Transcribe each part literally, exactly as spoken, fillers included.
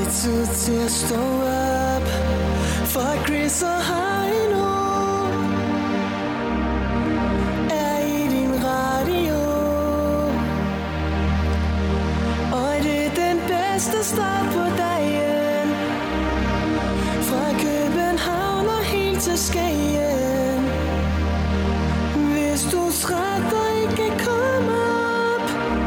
tid til at stå op for Chris og Heino er i din radio. Og det er den bedste start på dagen. Fra København og helt til Skagen. Hvis du er træt og ikke kan komme op,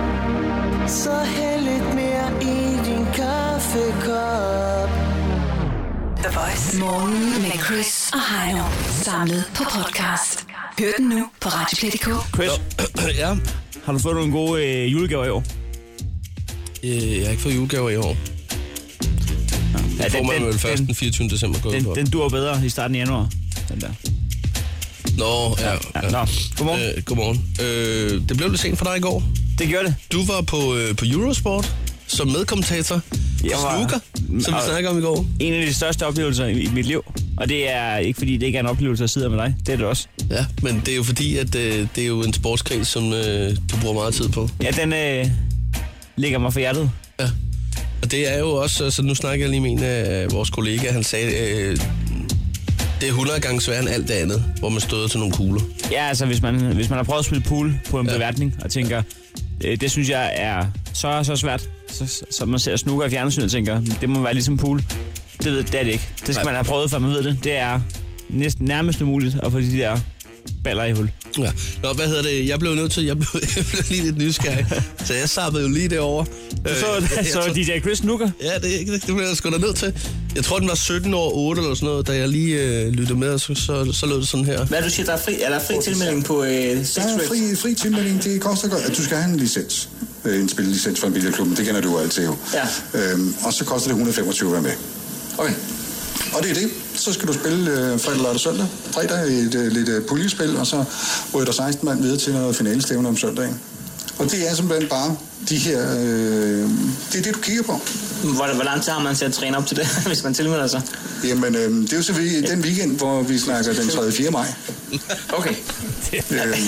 så hæld lidt mere i din kaffekop. The Voice. Morgen med Chris og Heino. Samlet på podcast. Hør den nu på radioplay punktum d k. Chris, Ja, har du fået nogle gode øh, julegaver i år? øh, jeg har ikke fået julegaver i år. Ja, Det får man vel først den fireogtyvende december gået den, på. den dur bedre i starten af januar. Den der. Nå, ja. Ja, ja. nå. Godmorgen. Øh, godmorgen. Øh, det blev lidt sent for dig i går. Det gjorde det. Du var på, øh, på Eurosport som medkommentator Jeg på var- snooker, som vi og- snakkede om i går. En af de største oplevelser i, i mit liv. Og det er ikke fordi, det ikke er en oplevelse at sidde med dig. Det er det også. Ja, men det er jo fordi, at øh, det er jo en sportskreds, som øh, du bruger meget tid på. Ja, den øh, ligger mig for hjertet. Ja. Og det er jo også, altså nu snakker jeg lige med en af vores kollegaer, han sagde, øh, det er hundrede gange sværere end alt det andet, hvor man støder til nogle kugler. Ja, altså hvis man, hvis man har prøvet at spille pool på en Ja. ja. beværtning, og tænker, øh, det synes jeg er så så svært, så, så man ser snooker i fjernsynet og tænker, det må være ligesom pool. Det, ved, det er det ikke. Det skal Nej. man have prøvet, før man ved det. Det er næsten nærmest umuligt at få de der baller i hul. Ja. Nå, hvad hedder det? Jeg blev nødt til, jeg blev, jeg blev lige lidt nysgerrig, så jeg sappede jo lige derovre. Du så, jeg så tror- D J Chris snooker? Ja, det, det, det blev jeg sgu da nødt til. Jeg tror, den var sytten år otte eller sådan noget, da jeg lige øh, lyttede med, så, så, så lød det sådan her. Hvad du siger, der er fri, er der fri tilmelding på øh, Six Der er Reds? fri, fri tilmelding. Det koster godt. At du skal have en licens. Øh, En spillelicens fra en billardklub. Det kender du jo altid jo. Ja. Øhm, og så koster det et hundrede og femogtyve at være med. Okay. Og det er det. Så skal du spille øh, fredag, lørdag, søndag. Fredag et øh, lidt øh, puljespil, og så ryger der seksten mand videre til noget finalestævne om søndagen. Og det er simpelthen bare de her... Øh, det er det, du kigger på. Hvor, hvor lang tid har man til at træne op til det, hvis man tilmelder sig? Jamen, øh, det er jo selvfølgelig den weekend, hvor vi snakker den tredje og fjerde maj. Okay. Øhm,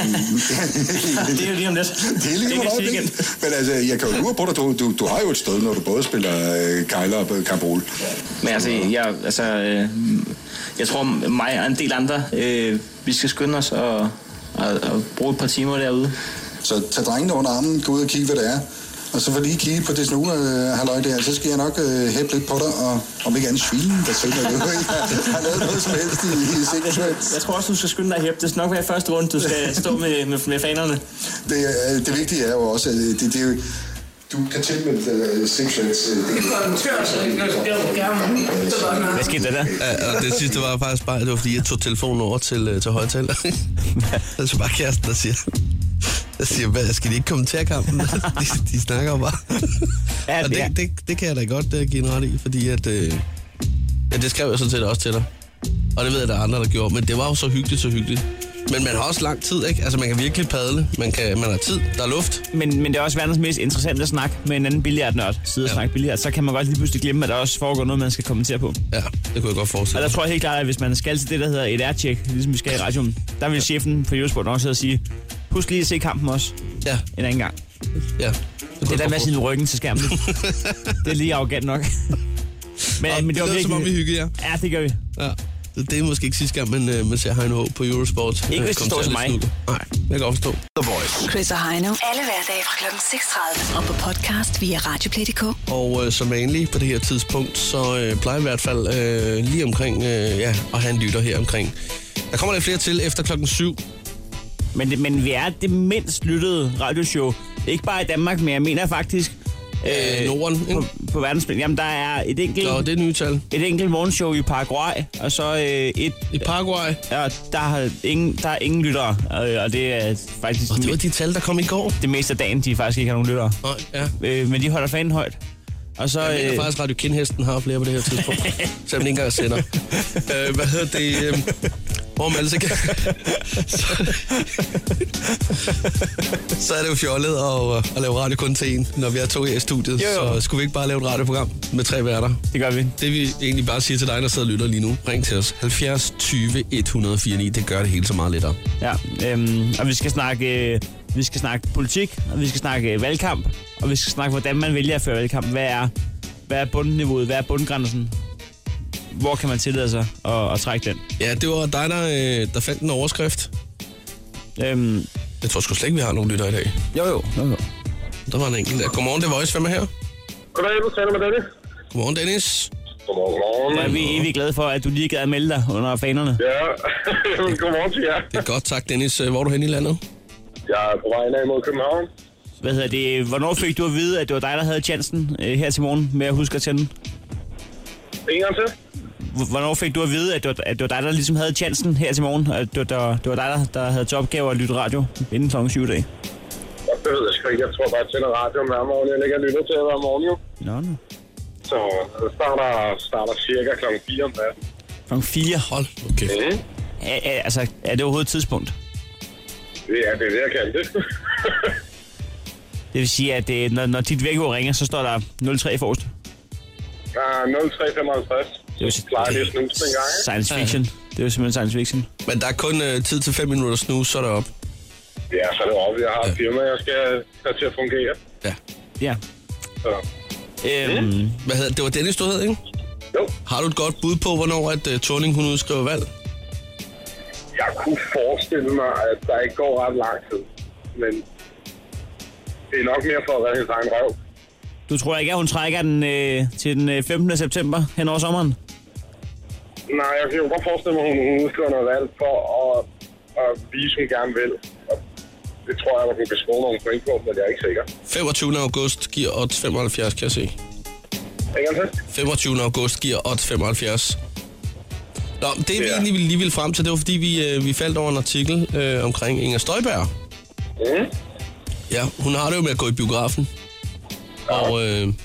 Det er jo lige om lidt. Det er lige Det om er næste øjeblikket. weekend. Men altså, jeg kan jo lure på dig, du, du, du har jo et sted, når du både spiller øh, kejler og Kabul. Men altså, jeg, altså, øh, jeg tror mig og en del andre, øh, vi skal skynde os og, og, og bruge et par timer derude. Så tag drengene under armen, gå ud og kigge, hvad det er. Og så får lige kigge på det snue, øh, halløj der. Så skal jeg nok øh, hæppe lidt på dig, og om ikke andet svine, der selv er det. Jeg har lavet noget som helst i, i Six Reds. Jeg tror også, du skal skynde dig at hæppe. Det skal nok være første runde, du skal stå med, med, med fanerne. Det, øh, det vigtige er jo også, at det, det er jo... Du kan tilmelde uh, Six Reds. Uh, Hvad skete der der? Ja, og det sidste var faktisk bare, det var fordi, jeg tog telefonen over til, øh, til højtaler. Det er så bare kæresten, der siger, der siger, hvad, skal de ikke kommentere kampen? De, de snakker jo bare. Ja, Og det, det, det, det kan jeg da godt uh, give en ret i, fordi at, øh, ja, det skrev jeg sådan set også til dig. Og det ved jeg, der er andre, der gjorde. Men det var jo så hyggeligt, så hyggeligt. Men man har også lang tid, ikke? Altså, man kan virkelig padle. Man, kan, man har tid. Der er luft. men, men det er også verdens mest interessante snak med en anden billiardnørd. Sidde og Ja. snakke billard. Så kan man godt lige pludselig glemme, at der også foregår noget, man skal kommentere på. Ja, det kunne jeg godt forestille Og der mig. tror jeg helt klart, at hvis man skal til det, der hedder et aircheck, ligesom vi skal i radioen, der vil chefen på Eurosport også sidde og sige, husk lige at se kampen også Ja, en anden gang. ja. Det er der med at sige ryggen til skærmen. Det er lige arrogant nok. Men, Og men det var lyder, som om vi virkelig... hygger jer. Ja, det gør vi. Ja. Det, det er måske ikke sidste gang, men uh, man ser Heino H. på Eurosport. Ikke hvis det står til mig. Nej, jeg kan godt forstå. The Voice. Chris og Heino. Alle hverdage fra klokken seks tredive. Og på podcast via radioplay punktum d k. Og øh, som vanligt på det her tidspunkt, så øh, plejer jeg i hvert fald øh, lige omkring, øh, ja, at have en lytter her omkring. Der kommer lidt flere til efter klokken syv. Men, det, men vi er det mindst lyttede radioshow. Ikke bare i Danmark, men jeg mener faktisk... Øh, Norden, ikke? på, på verdensplan. Jamen, der er et enkelt, Så det er nye tal. et enkelt morgenshow i Paraguay, og så øh, et... I Paraguay. Ja, der har ingen, der er ingen lyttere, og, og det er faktisk Og det var det, de tal, der kom i går. det meste af dagen, de faktisk ikke har nogen lyttere. Nej, ja. Øh, men de holder fanen højt. Og så... Jeg mener Øh, faktisk, at Radio Kindhesten har flere på det her tidspunkt. Selvom den ikke engang sender. øh, hvad hedder det? Øh, hvor man altså kan... så, så er det jo fjollet at, at lave radio kun til en, når vi er to her i studiet. Jo, jo. Så skulle vi ikke bare lave et radioprogram med tre værter? det gør vi. Det vi egentlig bare siger til dig, der sidder og lytter lige nu. Ring til os. halvfjerds tyve et hundrede fire ni. Det gør det hele så meget lettere. Ja, øhm, og vi skal snakke... Øh, vi skal snakke politik, og vi skal snakke øh, valgkamp, og vi skal snakke, hvordan man vælger at føre valgkamp. Hvad er hvad er bundniveauet? Hvad er bundgrænsen? Hvor kan man tillade sig at, at trække den? Ja, det var dig, der, øh, der fandt en overskrift. Øhm, Jeg tror sgu slet ikke, vi har nogen lytter i dag. jo, jo. jo, jo. Der var en enkelt der. Godmorgen, det er Voice. Hvem er her? Goddag, du taler med Dennis. Godmorgen, Dennis. Godmorgen, godmorgen. Så er vi evigt glade for, at du lige gad at melde dig under fanerne. Ja, godmorgen til jer. Det er godt, tak Dennis. Hvor er du henne i landet? Jeg er på vej ind mod København. Hvad hedder det? Hvornår fik du at vide, at det var dig, der havde chancen øh, her til morgen med at huske at tænde? En gang til. Hvornår fik du at vide, at det var, at det var dig, der ligesom havde chancen her til morgen? At det var, der, det var dig, der, der havde til opgave at lytte radio inden klokken syv i dag? Det ved jeg sgu ikke. Jeg tror bare, jeg tænder radioen hver morgen. Jeg ligger og lytter til hver morgen jo. Nå, nå. Så det starter, starter cirka klokken fire om natten. Klokken fire? Hold, okay. Mm. Er, er, altså, er det overhovedet et tidspunkt? Ja, det er det, jeg kan det. Det vil sige, at det, når, når dit vækkeur ringer, så står der nul tre forrest. Uh, nul tre femoghalvtreds. Det er jo Jeg plejer lige at snuse en gang, ikke? science fiction. Det er jo simpelthen science fiction. Men der er kun øh, tid til fem minutter snus, så er der op. Ja, så er det op. Jeg har et firma, jeg skal have til at fungere. Ja. Ja. Så. Øhm, Hvad hedder det? Det var Dennis, du hed, ikke? Jo, Har du et godt bud på, hvornår at uh, Thorning, hun udskriver valg? jeg kunne forestille mig, at der ikke går ret lang tid. Men det er nok mere for at redde hendes egen røv. du tror ikke, at hun trækker den øh, til den øh, femtende september hen over sommeren? Nej, jeg kan jo godt forestille mig, at hun udskriver noget valg for at, at vise, hun gerne vil. Og det tror jeg, at hun kan score nogle point på, men jeg er ikke sikker. femogtyvende august giver odds femoghalvfjerds, kan jeg se. Ikke til? femogtyvende august giver odds femoghalvfjerds. Nå, det vi Ja. egentlig ville, lige ville frem til, det var fordi, vi, øh, vi faldt over en artikel øh, omkring Inger Støjberg. Mm. Ja, hun har det jo med at gå i biografen. Og øh, Jamen,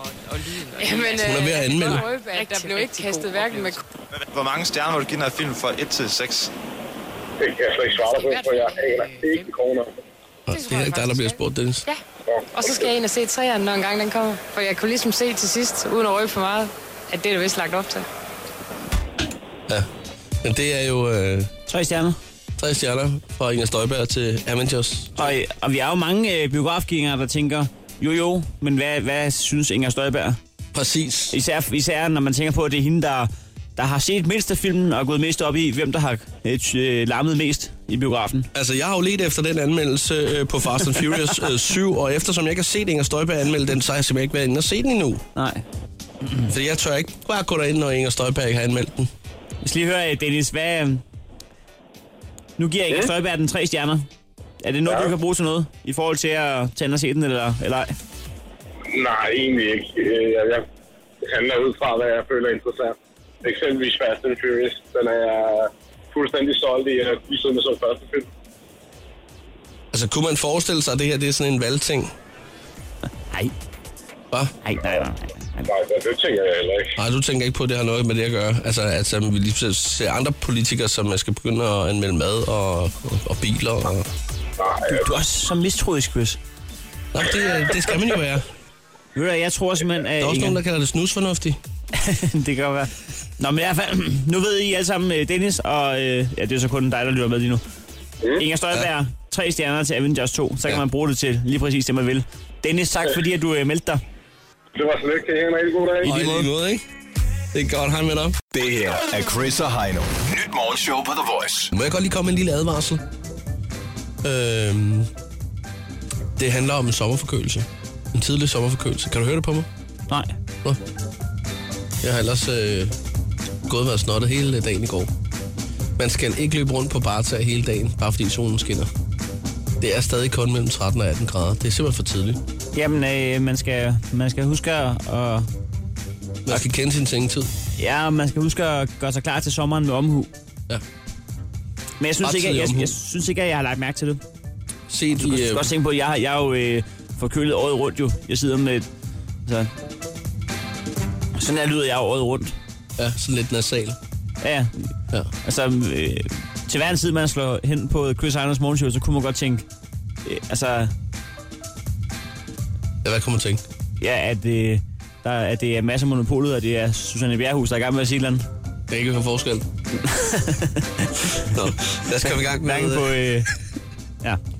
hun er ved at anmelde. der blev ikke kastet hverken med... Hvor mange stjerner vil du give den her film fra et til seks? Det kan jeg slet ikke svare dig på, for jeg aner ikke en kroner. det er ikke dig, der bliver spurgt, Dennis. Ja, og så skal jeg ind og se træerne, når en gang den kommer. For jeg kunne ligesom se til sidst, uden at røbe for meget, at det er der vist lagt op til. Ja, men det er jo øh, Tre stjerner. tre stjerner fra Inger Støjberg til Avengers. Og, og vi er jo mange øh, biografgængere, der tænker, jo jo, men hvad, hvad synes Inger Støjberg? Præcis. Især, især når man tænker på, at det er hende, der, der har set mindst af filmen og gået mest op i, hvem der har øh, larmet mest i biografen. Altså, jeg har jo let efter den anmeldelse øh, på Fast and Furious øh, syv, og eftersom jeg ikke har set Inger Støjberg anmelde den, så har jeg simpelthen ikke været inde og set den endnu. Nej. Fordi jeg tør ikke bare gå derind, når Inger Støjberg ikke har anmeldt den. Jeg skal lige høre, Dennis, hvad... øh, Nu giver Inger Støjberg den tre stjerner. Er det noget, ja. du kan bruge til noget? I forhold til at tage ind og se den, eller, eller ej? Nej, egentlig ikke. Øh, Jeg, jeg handler ud fra, hvad jeg føler er interessant. Eksempelvis Fast and Furious. Den er jeg fuldstændig solgt i, at vi sidder med som første film. Altså, kunne man forestille sig, at det her det er sådan en valgting? Nej. Hvad? Nej, nej, nej. Nej, det tænker jeg heller ikke. Nej, du tænker ikke på, at det har noget med det at gøre. Altså, altså vi lige ser andre politikere, som skal begynde at anmelde mad og, og, og biler. Og... Nej, Du, du er også så mistroisk, Chris. Nå, det, det skal man jo være. Ved du, jeg tror simpelthen, at... Der er også Inger... nogen, der kalder det snusfornuftigt. det kan godt være. Nå, men i hvert fald, nu ved I alle sammen, Dennis, og øh, ja, det er så kun dig, der lytter med lige nu. Mm. Inger Støjberg, ja. tre stjerner til Avengers to, så kan ja. man bruge det til lige præcis det, man vil. Dennis, tak fordi, at du øh, meldte dig. det var slet ikke. Kan I have en rigtig god dag? I lige måde, måde, ikke? Det er godt, hej med dig. Det her er Chris og Heino. Nyt morgenshow på The Voice. Må jeg godt lige komme med en lille advarsel? Øhm, det handler om en sommerforkølelse. En tidlig sommerforkølelse. Kan du høre det på mig? Nej. Nå. Jeg har ellers øh, gået og været snottet hele dagen i går. Man skal ikke løbe rundt på bartag hele dagen, bare fordi solen skinner. Det er stadig kun mellem tretten og atten grader. Det er simpelthen for tidligt. Jamen, øh, man, skal, man skal huske at... Og, Man skal kende sin sengetid. ja, man skal huske at gøre sig klar til sommeren med omhu. Ja. Men jeg synes, ikke, jeg, jeg, omhu. jeg synes ikke, at jeg har lagt mærke til det. Se Du kan de... Øh, godt tænke på, at jeg, jeg er jo øh, forkølet året rundt jo. Jeg sidder med... Altså, sådan her lyder jeg jo året rundt. ja, sådan lidt nasal. Ja, Ja. altså... Øh, til hver en tid, man slår hen på Chris Heiners morgenshow, så kunne man godt tænke... Øh, altså... Ja, hvad kunne man tænke? Ja, at, øh, der, at det er masser af monopolet, og det er Susanne Bjerghus, der er i gang med at sige et eller andet. Jeg kan ikke høre forskel. Nå, lad os komme i gang med... Hverken på... Øh, ja.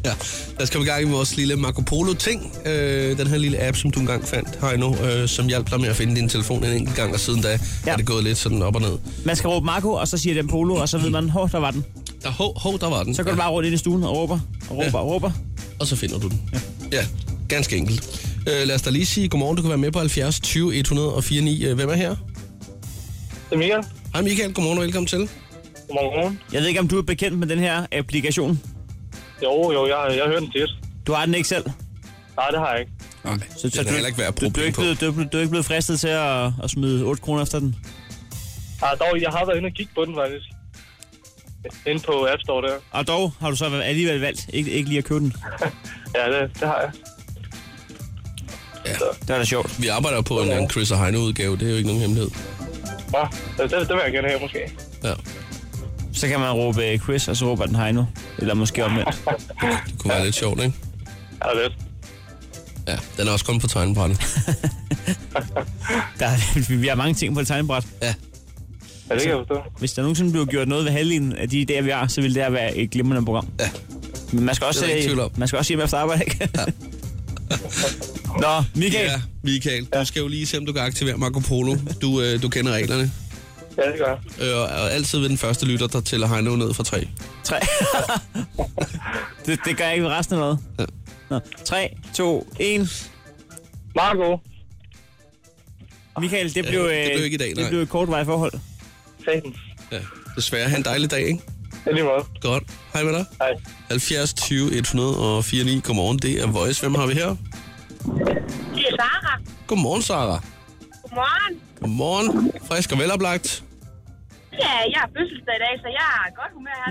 Ja, lad os komme i gang med vores lille Marco Polo-ting. Øh, den her lille app, som du engang fandt, Heino, øh, som hjalp dig med at finde din telefon en enkelt gang, og siden da ja. er det gået lidt sådan op og ned. Man skal råbe Marco, og så siger den Polo, og så ved man, hov, der var den. Der, hov, hov, der var den. Så går ja. du bare rundt ind i stuen og råber, og råber, ja. og råber. Og så finder du den. Ja, ja ganske enkelt. Øh, lad os da lige sige godmorgen, du kan være med på halvfjerds tyve et hundrede og fire ni. Hvem er her? Det er Michael. Hej Michael, godmorgen og velkommen til. Godmorgen. Jeg ved ikke, om du er bekendt med den her applikation? Jo, jo, jeg, jeg hører den tit. Du har den ikke selv? Nej, det har jeg ikke. Nej, så, så det er heller ikke værd at du, du, er ikke blevet, du, du er ikke blevet fristet til at, at smide otte kroner efter den? Nej, dog, jeg har været inde og kigge på den faktisk. Inde på App Store der. Og dog har du så alligevel valgt ikke, ikke lige at købe den? Ja, det, det har jeg. Ja, det er da sjovt. Vi arbejder på en, en Chris og Heino-udgave, det er jo ikke nogen hemmelighed. Ja, det, det, det vil jeg gerne have måske. Ja. Så kan man råbe Chris, og så råber den Heino. Eller måske omvendt. Det kunne være lidt sjovt, ikke? Ja, lidt. Ja, den er også kommet på tegnebrættet. der er, vi har mange ting på et tegnebræt. Ja. Ja, det kan jeg forstå. Hvis der nogensinde bliver gjort noget ved halvdelen af de idéer, vi har, så vil det her være et glimrende program. Ja. Men man skal også, se, man skal også hjem efter arbejde, ikke? Ja. Nå, Michael. Ja, Michael, du skal jo lige se, om du kan aktivere Marco Polo. Du, øh, du kender reglerne. Ja, det gør jeg. Øh, og altid ved den første lytter, der tæller Heino ned fra tre. Tre? det, det gør jeg ikke ved resten af noget. Ja. Nå, tre, to, en. Marco. Michael, det blev, ja, det blev ikke i dag, nej. Det blev et kort vej forhold. Satan. Ja, desværre. Ha' en dejlig dag, ikke? Ja, lige måde. Godt. Hej med dig. Hej. halvfjerds tyve et hundrede og fire ni. Godmorgen, det er Voice. Hvem har vi her? Det er Sara. Godmorgen, Sara. Godmorgen. Godmorgen. Frisk og veloplagt. Ja, jeg har fødselsdag i dag, så jeg har godt humør her.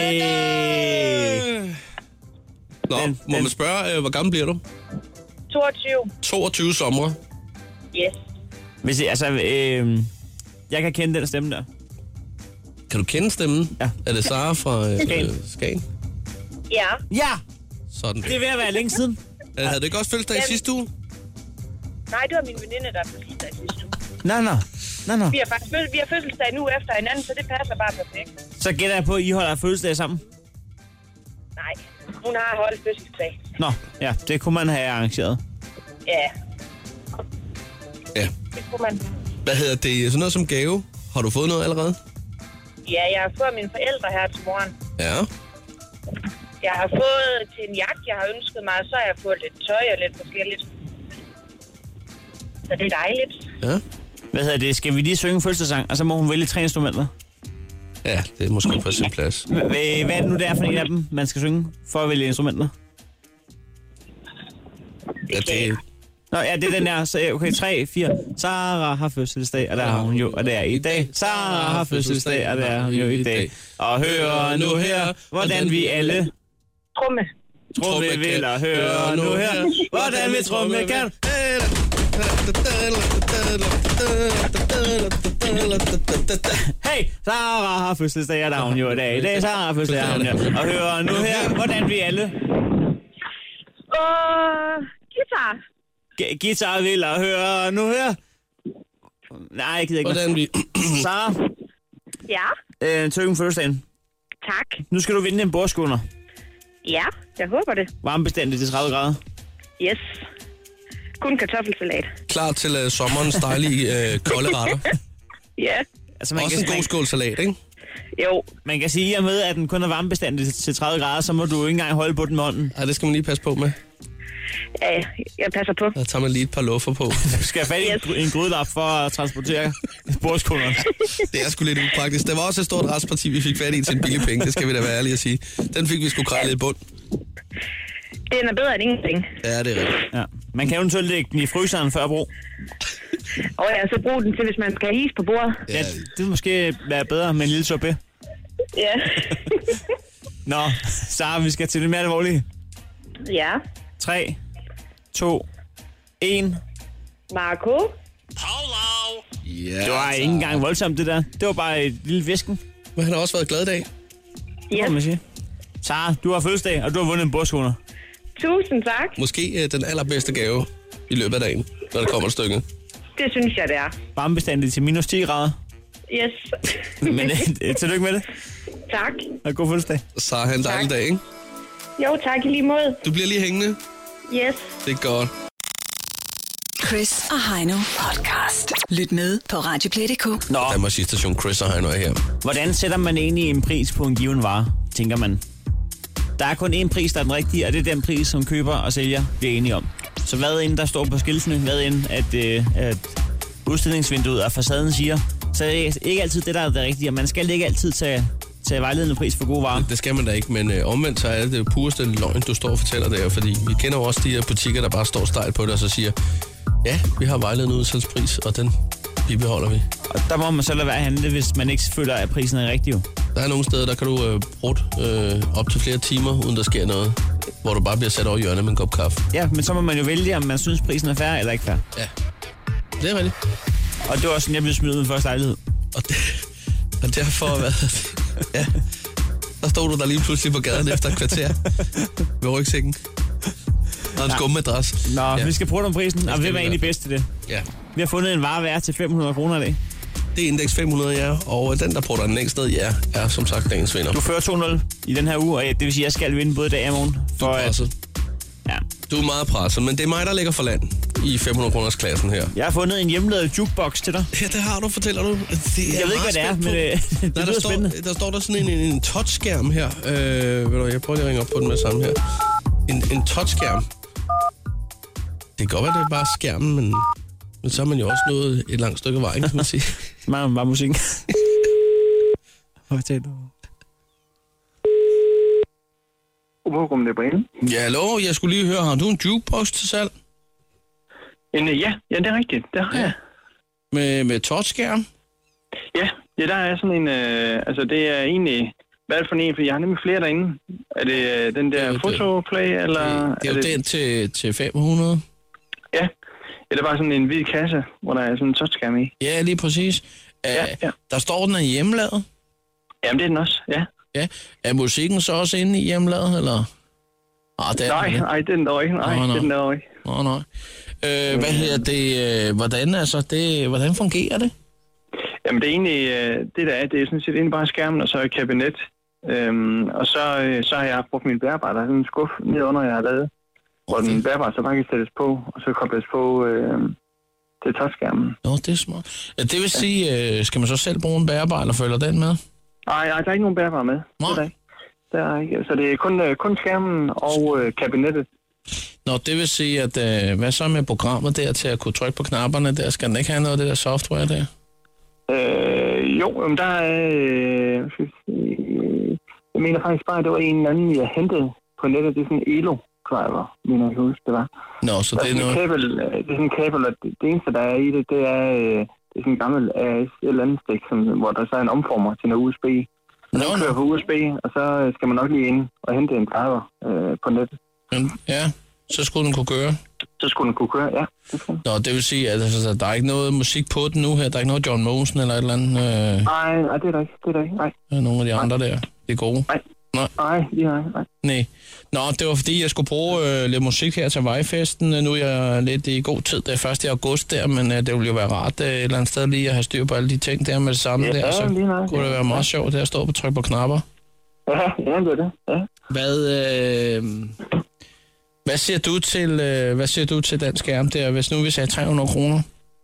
Nej. Nå, den, må den... man spørge, øh, hvor gammel bliver du? toogtyve. toogtyve somre. Yes. Hvis det, altså, øh, jeg kan kende den stemme der. Kan du kende stemmen? Ja. Er det Sara fra øh, Skagen? Øh, Skagen? Ja. Ja! Sådan. Det er ved at være længe siden. Øh, havde du ikke også fødselsdag i sidste uge? Nej, det var min veninde, der havde fødselsdag i sidste uge. Nå, nå. Nå, nå. Vi har faktisk vi har fødselsdag nu efter hinanden, så det passer bare perfekt. Så gætter jeg på, at I holder fødselsdag sammen? Nej, hun har holdt fødselsdag. Nå, ja, det kunne man have arrangeret. Ja. Ja. Det kunne man. Hvad hedder det? Sådan noget som gave? Har du fået noget allerede? Ja, jeg har fået mine forældre her til morgen. Ja. Jeg har fået til en jagt, jeg har ønsket mig, så har jeg fået lidt tøj og lidt forskelligt. Så det er dejligt. Ja. Hvad hedder det? Skal vi lige synge fødselsdagssang, og så må hun vælge tre instrumenter? Ja, det er måske på sin plads. Hvad er det nu der for en af dem, man skal synge for at vælge instrumenter? Ja, det... Nå, ja, det er den der. Så, okay, tre, fire. Sara har fødselsdag, og der har hun jo, og det er i dag. Sara har fødselsdag, og det er hun jo i dag. Og hør nu her, hvordan vi alle... Trumme. Trumme vil og høre nu her, hvordan vi trumme kan... Hey, Sara har fødselsdag, og der har hun jo i dag. I dag Sara har fødselsdag, og hun jo. Og hør nu her, hvordan vi alle... Åh, guitar. G- guitar vil og høre nu her. Nej, jeg gider ikke. Hvordan vi... Sara. Ja? Øh, Tillykke med fødselsdagen. Tak. Nu skal du vinde en bordskunder. Ja, jeg håber det. Varmebestandigt til tredive grader. Yes. Kun kartoffelsalat. Klar til uh, sommerens dejlige uh, kolde retter. Ja. Altså, man også kan, en god skål salat, ikke? Jo. Man kan sige, at med, at den kun er varmebestandigt til tredive grader, så må du ikke engang holde på den med hånden. Ja, det skal man lige passe på med. Ja, jeg passer på. Der tager man lige et par luffer på. Du skal have fat i yes. en grydelap for at transportere bordskunderne. Det er sgu lidt upraktisk. Der var også et stort restparti, vi fik fat i til en billig penge. Det skal vi da være ærlige at sige. Den fik vi sgu krejlet i bund. Den er bedre end ingenting. Ja, det er rigtigt. Ja. Man kan jo eventuelt lægge den i fryseren før brug. Og ja, så brug den til, hvis man skal have is på bordet. Ja, det vil måske være bedre med en lille sorbet. Ja. Nå, så vi skal til det mere alvorlige. Ja. tre, to, en. Marco. Hello. Ja, det var ikke engang voldsomt, det der. Det var bare et lille visken. Men han har også været glad i dag. Ja. Yes. Man sige. Sara, du har fødselsdag, og du har vundet en bordskunder. Tusind tak. Måske uh, den allerbedste gave i løbet af dagen, når der kommer et stykke. Det synes jeg, det er. Varmebestandigt til minus ti grader. Yes. Men uh, tillykke med det. Tak. Og god fødselsdag. Sara, have en dejlig dag, ikke? Jo, tak i lige måde. Du bliver lige hængende. Yes. Det er godt. Chris og Heino podcast. Lyt med på radioplay punktum d k. Nå. Danmarks station Chris og Heino er her. Hvordan sætter man egentlig en pris på en given vare, tænker man? Der er kun én pris, der er den rigtige, og det er den pris, som køber og sælger bliver enige om. Så hvad end der står på skiltene, hvad end at, øh, at udstillingsvinduet og facaden siger, så er det ikke altid det, der er det rigtige. Og man skal ikke altid tage, tage vejledende pris for gode varer. Det, det skal man da ikke, men øh, omvendt så er det det pureste løgn, du står og fortæller der. Fordi vi kender jo også de her butikker, der bare står stejlt på det og så siger, ja, vi har vejledende udsalgspris, og den bibeholder vi. Og der må man så lade være at handle, hvis man ikke føler, at prisen er rigtig. Jo. Der er nogle steder, der kan du øh, bruge øh, op til flere timer, uden der sker noget. Hvor du bare bliver sat over hjørnet med en kop kaffe. Ja, men så må man jo vælge, om man synes, prisen er fair eller ikke fair. Ja, det er rigtigt. Og det var også sådan, jeg blev smidt ud med første lejlighed. Og, det, og derfor, hvad ja, der stod du der lige pludselig på gaden efter et kvarter ved rygsækken. Og en skummadras. Nå, ja. Vi skal prøve om prisen, og hvem er egentlig bedst til det? Ja. Vi har fundet en vare værd til fem hundrede kroner i dag. Det er indeks fem hundrede, ja, og den, der putter den længst ned, ja, er som sagt dagens vinder. Du fører to nul i den her uge, og det vil sige, at jeg skal vinde både dag og morgen. Du er presset. Ja. Du er meget presset, men det er mig, der ligger for land i fem hundrede kroners klassen her. Jeg har fundet en hjemmelavet jukebox til dig. Ja, det har du, fortæller du. Det jeg ved ikke, hvad det er, men øh, det Nej, der, står, der står der sådan en, en touchskærm her. Øh, ved du, jeg prøver lige at ringe op på den med sammen her. En, en touchskærm. Det kan godt være, det er bare skærmen, men, men så er man jo også nået et langt stykke vej, kan man sige. Meget, meget musik. Hvad tager du? Hvorkom det er Brian? Ja, hallo, jeg skulle lige høre, har du en jukebox til salg? En, ja, ja, det er rigtigt, det har ja. jeg. Med, med touchskærm? Ja, ja, der er sådan en, øh, altså det er egentlig, hvad er det for en, for jeg har nemlig flere derinde. Er det øh, den der det fotoplay, eller? Det, det er, er jo det... den til, til fem hundrede. Ja, ja, det er bare sådan en hvid kasse, hvor der er sådan en touchskærm i. Ja, lige præcis. Uh, ja, ja. Der står, den er hjemmelavet? Jamen, det er den også, ja. Ja, er musikken så også inde i hjemmelavet, eller? Ah, det er nej, den, nej, det er den dog ikke. Nej, nå, nå. det er den dog ikke. Nå, nej. Øh, hvad hedder det? Hvordan, altså, det, hvordan fungerer det? Jamen, det er egentlig, det der er, det er sådan set egentlig bare skærmen, og så et kabinet. Øhm, og så, så har jeg brugt min bærbar, der er sådan en skuff nedunder, jeg har lavet. Hvor den bærbar så bare kan sættes på, og så kobles på øh, til touchskærmen. Nå, det er smart. Ja, det vil sige, øh, skal man så selv bruge en bærbar, eller følger den med? Nej, nej, der er ikke nogen bærbar med. Nå. Det er ikke. Der er ikke. Så det er kun, øh, kun skærmen og øh, kabinettet. Nå, det vil sige, at øh, hvad så med programmet der til at kunne trykke på knapperne der? Skal den ikke have noget af det der software der? Øh, jo, men der er... Øh, jeg mener faktisk bare, at det var en eller anden, jeg hentede på nettet. Det er sådan en E L O-driver, mener jeg huske, det var. Nå, så der det er, er noget... Kabel, det er sådan en kabel, og det, det eneste, der er i det, det er, det er sådan en gammel A S et eller andet stik, som, hvor der så er en omformer til noget U S B. Og så kører på U S B, og så skal man nok lige ind og hente en driver øh, på nettet. Ja, så skulle den kunne køre? Så skulle den kunne køre, ja. Det Nå, det vil sige, at altså, der er ikke noget musik på den nu her? Der er ikke noget John Mogensen eller et eller andet? Øh... Nej, nej, det er der ikke. Det er der ikke, nej. Der er nogle af de andre nej. Der, det er gode? Nej. Nej, nej, nej, nej. Nej. Nå, det var fordi, jeg skulle bruge øh, lidt musik her til vejfesten. Nu er jeg lidt i god tid. Det er først i august der, men øh, det ville jo være rart øh, et eller andet sted lige at have styr på alle de ting der med det samme ja, der. Så lige nok, kunne det være meget sjovt der at stå og trykke på knapper. Ja, ja, det er det. Ja. Hvad, øh, hvad siger du til, øh, hvad siger du til den skærm der, hvis nu vi sagde tre hundrede kroner?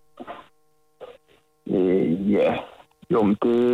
Øh, ja, jo, men det,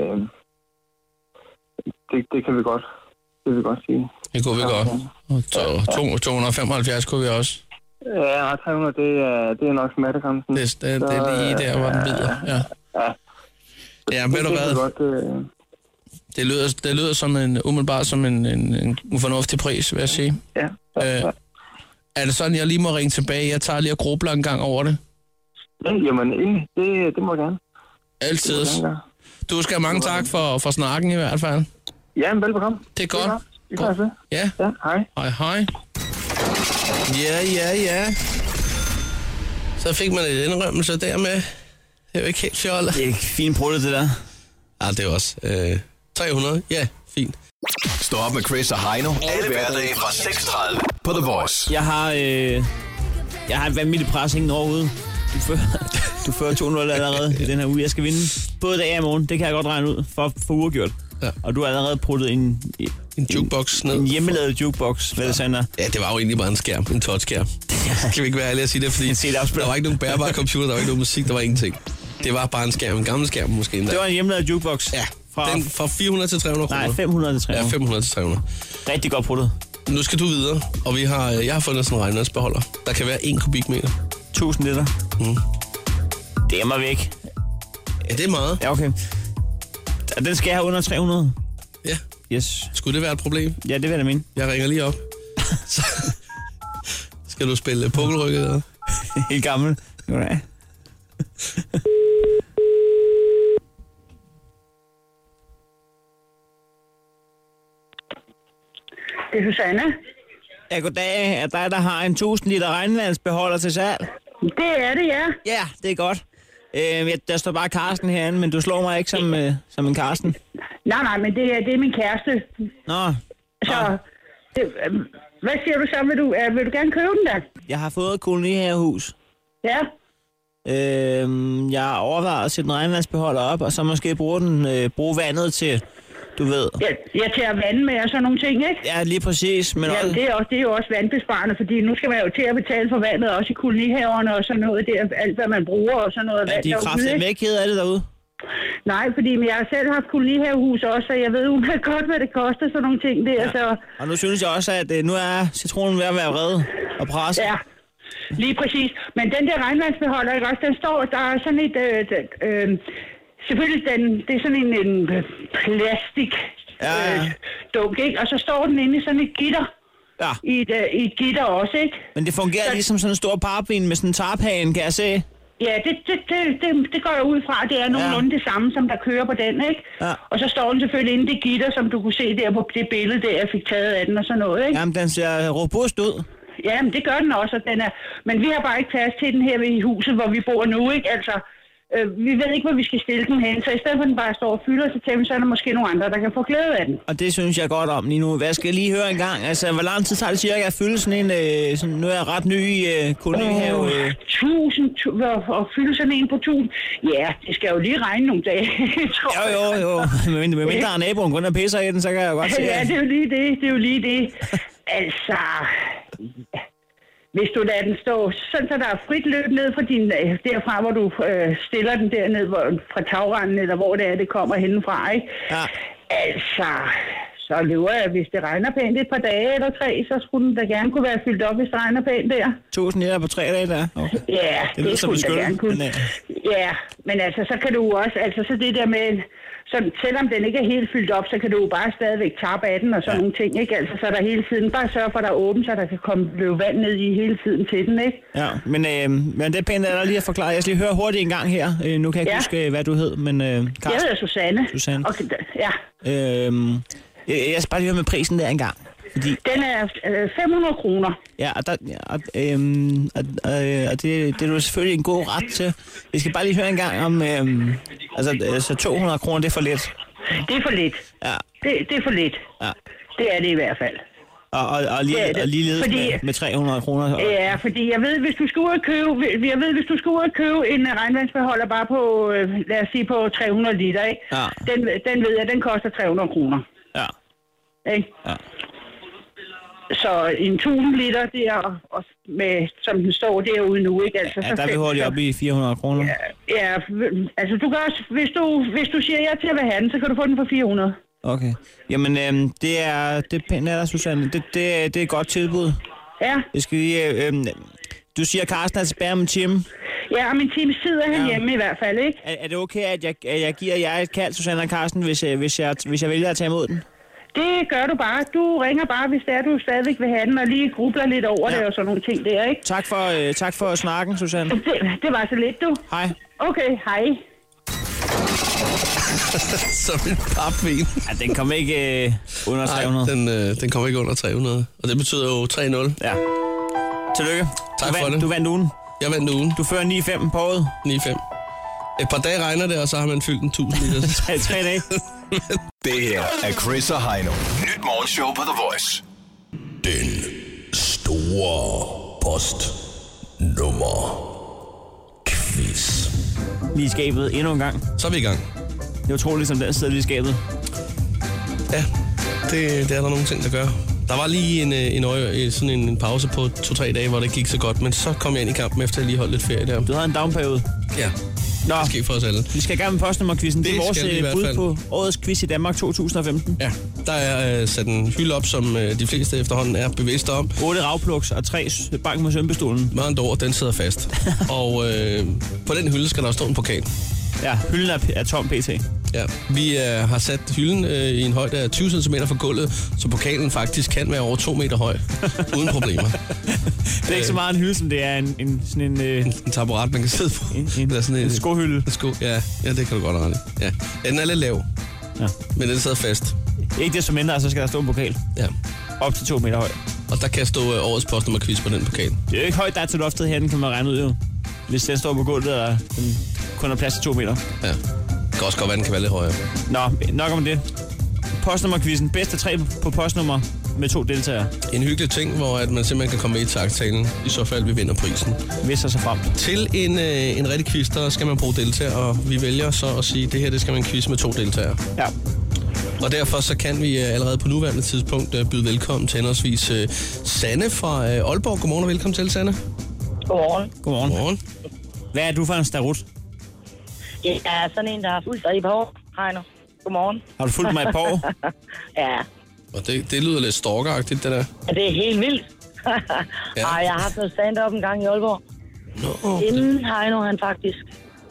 det, det kan vi godt. Det vil vi godt sige. Det kunne vi ja, godt. Og to, to, to hundrede og femoghalvfjerds kunne vi også. Ja, tre hundrede, det er, det er nok smattegrænsen. Det, det, det er lige der, hvor den bider. Ja, ja. Ja, ved du hvad? Godt, øh... Det lyder, det lyder som en, umiddelbart som en, en, en ufornuftig pris, vil jeg sige. Ja, ja, ja. Øh, er det sådan, jeg lige må ringe tilbage? Jeg tager lige og grubler en gang over det. Ja, jamen, det, det må jeg gerne. Altid. Du skal have mange tak for, for snakken i hvert fald. Ja, velbekomme. Det er godt. Vi kan se. Ja. Ja, hej. Hej, hej. Ja, ja, ja. Så fik man et indrømmelse der med. Det er jo ikke helt fjollet. Det er ikke fint prøvet, det der. Ja, det er også. Øh, tre hundrede, ja, fint. Stå op med Chris og Heino. Alle hverdage fra seks tredive på The Voice. Jeg har, øh, jeg har en vanvittig pres hængende overhovedet. Du fører, du fører to nul allerede i den her uge. Jeg skal vinde både dag og i morgen. Det kan jeg godt regne ud for, for uafgjort. Ja. Og du har allerede pruttet en, En jukebox ned. En hjemmelavet jukebox, hvad det sådan er. Ja, det var jo egentlig bare en skærm. En touchskærm. Kan vi ikke være ærlige at sige det, fordi der var ikke nogen bærbare computer, der var ikke nogen musik, der var ingenting. Det var bare en skærm, en gammel skærm måske endda. Det var en hjemmelavet jukebox? Ja, fra, den, fra fire hundrede til tre hundrede kroner. Nej, fem hundrede til tre hundrede. Ja, fem hundrede til tre hundrede. Rigtig godt pruttet. Nu skal du videre, og vi har, jeg har fundet sådan en regnvandsbeholder. Der kan være en kubikmeter. tusind liter? Mm. Det er mig væk. Ja, det er meget. Ja, okay. Den skal jeg have under tre hundrede. Ja. Yes. Skulle det være et problem? Ja, det vil jeg da mene. Jeg ringer lige op. Så skal du spille pukkelrykket der? Helt gammel. Goddag. Det er Susanne. Ja, goddag. Er dig, der har en tusind liter regnvandsbeholder til salg? Det er det, ja. Ja, det er godt. Øh, der står bare Karsten herinde, men du slår mig ikke som, øh, som en Karsten. Nej, nej, men det er, det er min kæreste. Nå. Så, det, øh, hvad siger du så? Vil du, øh, vil du gerne købe den der? Jeg har fået et kolonihavehus. Ja. Øh, jeg har overvejet at sætte en regnvandsbeholder op, og så måske bruge, den, øh, bruge vandet til, du ved... Ja, ja, til at vande med og sådan nogle ting, ikke? Ja, lige præcis. Men ja, også... det, er også, det er jo også vandbesparende, fordi nu skal man jo til at betale for vandet, også i kolonihaverne og sådan noget der, alt hvad man bruger og sådan noget. Ja, de er kraftigt væk af det derude. Nej, fordi jeg har selv haft kolonihavehus også, så jeg ved jo godt, hvad det koster, sådan nogle ting der. Ja. Så... Og nu synes jeg også, at nu er citronen ved at være vred og presset. Ja, lige præcis. Men den der regnvandsbeholder, ikke også, den står, der er sådan et... Øh, øh, selvfølgelig, den, det er sådan en, en plastik ja, ja. Øh, dunk, ikke? Og så står den inde i sådan et gitter. Ja. I et, øh, i et gitter også, ikke? Men det fungerer så... ligesom sådan en stor parapin med sådan en tarphane, kan jeg se. Ja, det, det, det, det, det går jeg ud fra. Det er nogenlunde ja. det samme, som der kører på den, ikke? Ja. Og så står den selvfølgelig inde i det gitter, som du kunne se der på det billede, der jeg fik taget af den og sådan noget, ikke? Jamen, den ser robust ud. Ja, men det gør den også, den er... Men vi har bare ikke plads til den her i huset, hvor vi bor nu, ikke? Altså, øh, vi ved ikke, hvor vi skal stille den hen, så i stedet for, at den bare står og fylder sig til, så er der måske nogle andre, der kan få glæde af den. Og det synes jeg godt om lige nu. Hvad skal jeg lige høre en gang? Altså, hvor lang tid tager det cirka at fylde sådan en... Øh, sådan, nu er jeg ret ny i øh, kolonihave. Øh. Tusind, tu- og fylde sådan en på tusind. Ja, det skal jo lige regne nogle dage, tror jeg. Jo, jo, jo. Men med mindre er naboen kun der pisser i den, så kan jeg jo godt se. Ja, det er jo lige det. Det er jo lige det. Altså... Hvis du lader den stå, sådan så der er frit løb ned fra din, derfra, hvor du øh, stiller den derned hvor, fra tagranden, eller hvor det er, det kommer hendenfra, ikke? Ja. Altså, så løber jeg, hvis det regner pænt et par dage eller tre, så skulle den da gerne kunne være fyldt op, hvis det regner pænt der. Tusind liter på tre dage der? Okay. Ja, det, det skulle den da gerne kunne. Men, ja, men altså, så kan du også, altså så det der med... Så selvom den ikke er helt fyldt op, så kan du bare stadigvæk tappe af den og sådan ja. nogle ting, ikke? Altså, så der hele tiden bare sørge for, at der er åbent, så der kan komme løbe vand ned i hele tiden til den, ikke? Ja, men, øh, men det er pænt, at jeg lige at forklare. Jeg skal lige høre hurtigt en gang her. Øh, nu kan jeg ikke ja. huske, hvad du hed, men... Øh, jeg hedder Susanne. Susanne. Okay, ja. Øh, jeg skal bare lige høre med prisen der en gang. Fordi... Den er øh, fem hundrede kroner. Ja, og, der, ja, og, øhm, og, øh, og det, det er du selvfølgelig en god ret til. Jeg skal bare lige høre en gang om... Øhm, altså, altså to hundrede kroner, det er for lidt. Det er for lidt. Ja. Det, det er for lidt. Ja. Det er det i hvert fald. Og, og, og, lige, og ligeledes fordi, med, med tre hundrede kroner. Og... Ja, fordi jeg ved, hvis du skulle ud og købe, jeg ved, hvis du skulle ud og købe en regnvandsbeholder bare på, lad os sige, på tre hundrede liter, ikke? Ja. Den, den ved jeg, den koster tre hundrede kroner. Ja. Ikke? Ja. Så en tusind liter der, og med, som den står derude nu, ikke? Altså, ja, så der er vi hurtigt op i fire hundrede kroner. Ja, ja, altså du kan også, hvis du, hvis du siger ja til at have den, så kan du få den for fire hundrede. Okay. Jamen, øhm, det er, det er pænt af dig, Susanne. Det, det, det er et godt tilbud. Ja. Jeg skal lige, øhm, du siger, Karsten er tilbage om en time. Ja, og min time sidder ja. herhjemme i hvert fald, ikke? Er, er det okay, at jeg, at jeg giver jer et kald, Susanne og Karsten, hvis, hvis, jeg, hvis jeg vælger at tage imod den? Det gør du bare. Du ringer bare, hvis det er, du stadigvæk vil have den, og lige grubler lidt over ja. det og sådan nogle ting der, ikke? Tak for, øh, tak for snakken, Susanne. Det, det var så lidt, du. Hej. Okay, hej. Som en papvin. Ja, den kommer ikke øh, under tre hundrede. Nej, den, øh, den kommer ikke under tre hundrede. Og det betyder jo tre nul. Ja. Tillykke. Tak du for vandt, det. Du vandt ugen. Jeg vandt ugen. Du fører ni fem på året. ni fem. Et par dage regner det, og så har man fyldt en tusind liter. tre, tre dage. Det her er Chris og Heino. Nyt morgenshow på The Voice. Den store post nummer quiz. Lige i skabet endnu en gang. Så er vi i gang. Det er utroligt, som den sidder lige i skabet. Ja. det, det er der nogle ting, der gør. Der var lige en, en, øje, sådan en, en pause på to-tre dage, hvor det gik så godt, men så kom jeg ind i kampen efter at lige holdt lidt ferie der. Du havde en downperiode? Ja. Nå, det sker for os alle. Vi skal i gang med postnummerquizzen. Det, det er vores bud på årets quiz i Danmark to tusind og femten. Ja, der er øh, sat en hylde op, som øh, de fleste efterhånden er bevidste om. otte ravpluks og tre bank med sømbestolen. Med andre ord, den sidder fast. Og øh, på den hylde skal der stå en pokal. Ja, hylden er, er tom pt. Ja, vi øh, har sat hylden øh, i en højde af tyve centimeter fra gulvet, så pokalen faktisk kan være over to meter høj, uden problemer. Det er ikke så meget en hylde, som det er en, en, sådan en, øh, en, en taburet, man kan sidde på. En, en, Eller sådan en, en skohylde. En sko, ja, ja, det kan du godt have ret i. Ja. Ja, den er lidt lav, ja. Men den sidder fast. Ikke det så mindre, så skal der stå en pokal. Ja. Op til to meter høj. Og der kan stå øh, årets postnummerquiz på den pokal. Det er jo ikke højt, der er til loftet her, den kan man regne ud jo. Hvis den står på gulvet, og den kun har plads til to meter. Ja. Det kan også godt være, den kan være lidt højere. Nå, nok om det. Postnummerquizzen. Bedste tre på postnummer med to deltagere. En hyggelig ting, hvor at man simpelthen kan komme med i taktalen, i så fald vi vinder prisen. Hvis og så frem. Til en, øh, en rigtig quiz, der skal man bruge deltagere, og vi vælger så at sige, at det her det skal man quiz med to deltagere. Ja. Og derfor så kan vi øh, allerede på nuværende tidspunkt øh, byde velkommen til henholdsvis øh, Sanne fra øh, Aalborg. Godmorgen og velkommen til, Sanne. Godmorgen. Godmorgen. Godmorgen. Hvad er du for en starut? Jeg er sådan en, der har fulgt dig i et par år. Hej nu. Godmorgen. Har du fulgt mig et par år? Ja. Og det, det lyder lidt stalkeragtigt, det der. Ja, det er helt vildt. ja. Ej, jeg har haft noget stand-up en gang i Aalborg. No. Inden Heino, han faktisk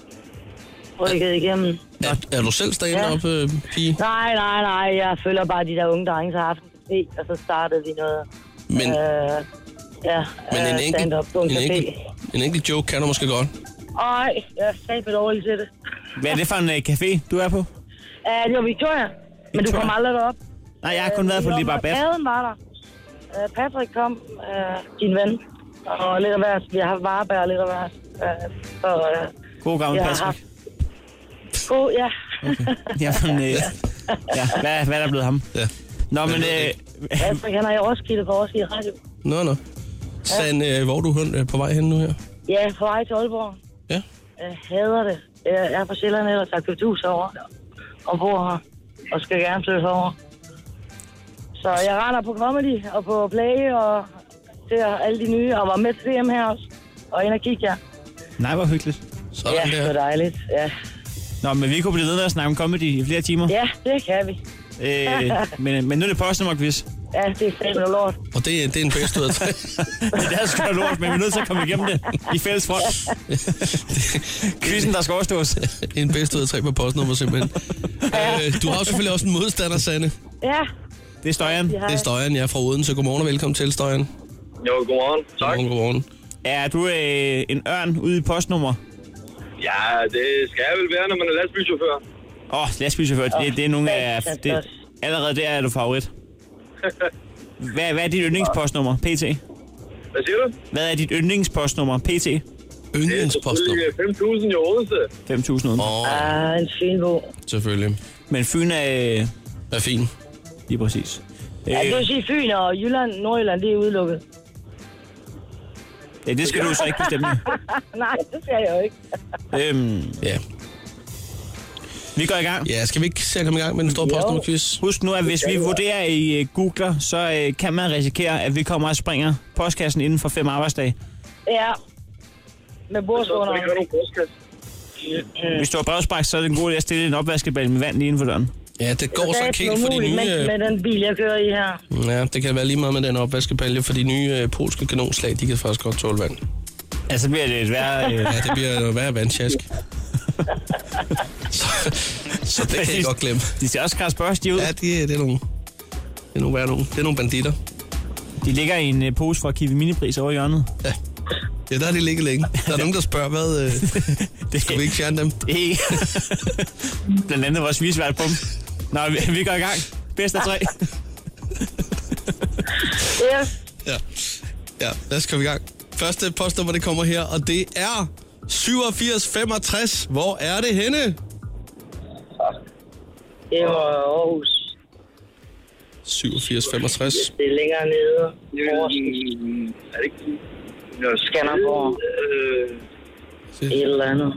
rykket igennem. Er, er du selv stand-up, ja. øh, pige? Nej, nej, nej. Jeg følger bare de der unge drenge til aften, og så startede vi noget. Men, øh, ja, men en, øh, enkelt, en, enkelt, en enkelt joke kan du måske godt. Ej, jeg er satme dårlig til det. Hvad er det for en uh, café, du er på? Uh, det var Victoria, men Victoria. Du kommer aldrig derop. Nej, jeg har kun uh, været på lige bare bad. Gaden var der. Uh, Patrick kom, uh, din ven, og lidt af hvert. Vi har haft varebær lidt af hvert. Uh, uh, God gammel Patrick. Haft... God, ja. Okay. Jamen, øh, ja, hvad, hvad er der blevet ham? Ja. Nå, men... Øh... Patrick, han har jo også kigget på Roskilde Radio. Nå, nå. Sand, ja. øh, hvor er du hen, øh, på vej hen nu her? Ja, på vej til Aalborg. Ja. Jeg hader det. Jeg er fra Sjælland, ellers har købt hus over og bor her, og skal gerne flytte over. Så jeg render på Comedy og på Play og ser alle de nye, og var med til D M her også. Og ind og kigge jer. Nej, hvor hyggeligt. Sådan ja, det var dejligt, ja. Nå, men vi kunne blive ved med at snakke om comedy i flere timer. Ja, det kan vi. Øh, men, men nu er det postnummerquiz. Ja, det er fandme lort. Og det, det er en bedst ud af tre. Det er sgu da lort, men vi er nødt til at komme igennem det i fælles front. Quizzen, der skal overstås. En bedst ud af tre på postnummer, simpelthen. Ja. Øh, du har selvfølgelig også en modstander, Sanne. Ja. Det er Støjen. Det er Støjen, jeg er fra Odense. Godmorgen og velkommen til, Støjen. Jo, godmorgen. Tak. Godmorgen, godmorgen. Er du øh, en ørn ude i postnummer? Ja, det skal jeg vel være, når man er lastbilchauffør. Åh, oh, lastbilchauffør, oh, det, det er nogle af... Det, allerede der er du favorit. Hvad, hvad er dit yndlingspostnummer, P T? Hvad siger du? Hvad er dit yndlingspostnummer, P T? Yndlingspostnummer? Det er fem tusind i Odense. fem tusind Odense. Oh. Ah, en fin bog. Selvfølgelig. Men Fyn er... Er fin. Lige præcis. Ja, det vil sige Fyn og Jylland, Nordjylland, det er udelukket. Ja, det skal du så ikke bestemme. Nej, det skal jeg jo ikke. øhm, ja. Vi går i gang. Ja, skal vi ikke se at komme i gang med den store postnummerquiz? Husk nu, at hvis vi vurderer i uh, Googler, så uh, kan man risikere, at vi kommer og springer postkassen inden for fem arbejdsdage. Ja. Med bordskåner. Hvis du har brevspræk, så er det en god idé at stille en opvaskeball med vand lige inden for døren. Ja, det går så ikke helt for de nye... med den bil, jeg kører i her. Ja, det kan være lige meget med den opvaskepalje, for de nye uh, polske kanonslag, de kan faktisk godt tåle vand. Ja, så bliver det et værre... Uh... Ja, det bliver et værre vandtjask. så, så det kan jeg godt glemme. De ser også kradsbørstige ud. Ja, det, det er nogle... Det er nogle, nogle, det er nogle banditter. De ligger i en uh, pose fra Kiwi Minipris over hjørnet. Ja. Ja, der har de ligget længe. Der er nogen, der spørger, hvad... Øh, det, skal vi ikke fjerne dem? Ikke. Blandt andet vores visvært på dem. Nå, vi, vi går i gang. Bedst af tre. Ja. Ja. Ja, lad os komme i gang. Første postnummer, det kommer her, og det er syvogfirs femogtres. Hvor er det henne? Det var Aarhus. syvogfirs femogtres. Det er længere nede. Horsens. Er det ikke... Skanderborg. Øh, et eller andet.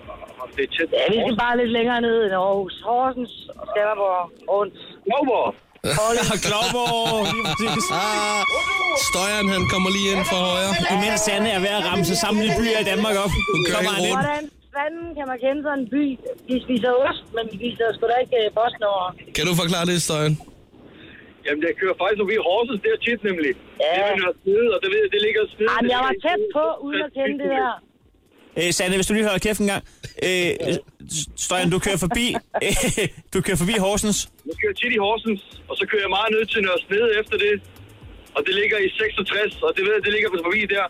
Det er tæt. Ja, vi skal bare lidt længere ned end Aarhus. Horsens, Skanderborg, Aarhus. Aalborg. Klovborg, lige præcis. Støjeren, han kommer lige ind for højre. Imens Sanne er ved at ramse samtlige byer i Danmark op. Kommer han ind. Hvordan fanden kan man kende sådan en by? De spiser ost, men de spiser sgu da ikke postnummer. Kan du forklare det, Støjen? Jamen, jeg kører faktisk forbi Horsens, det er tit nemlig. Ja. Det er snede, og det, det ligger snede. Jamen, jeg var tæt på, uden at kende det her. Øh, Sanne, hvis du lige holder kæft en gang. Øh, Støjen, du kører forbi, øh, du kører forbi Horsens. Jeg kører tit i Horsens, og så kører jeg meget ned til Nørre Snede efter det. Og det ligger i seksogtres, og det ved jeg, det ligger forbi der.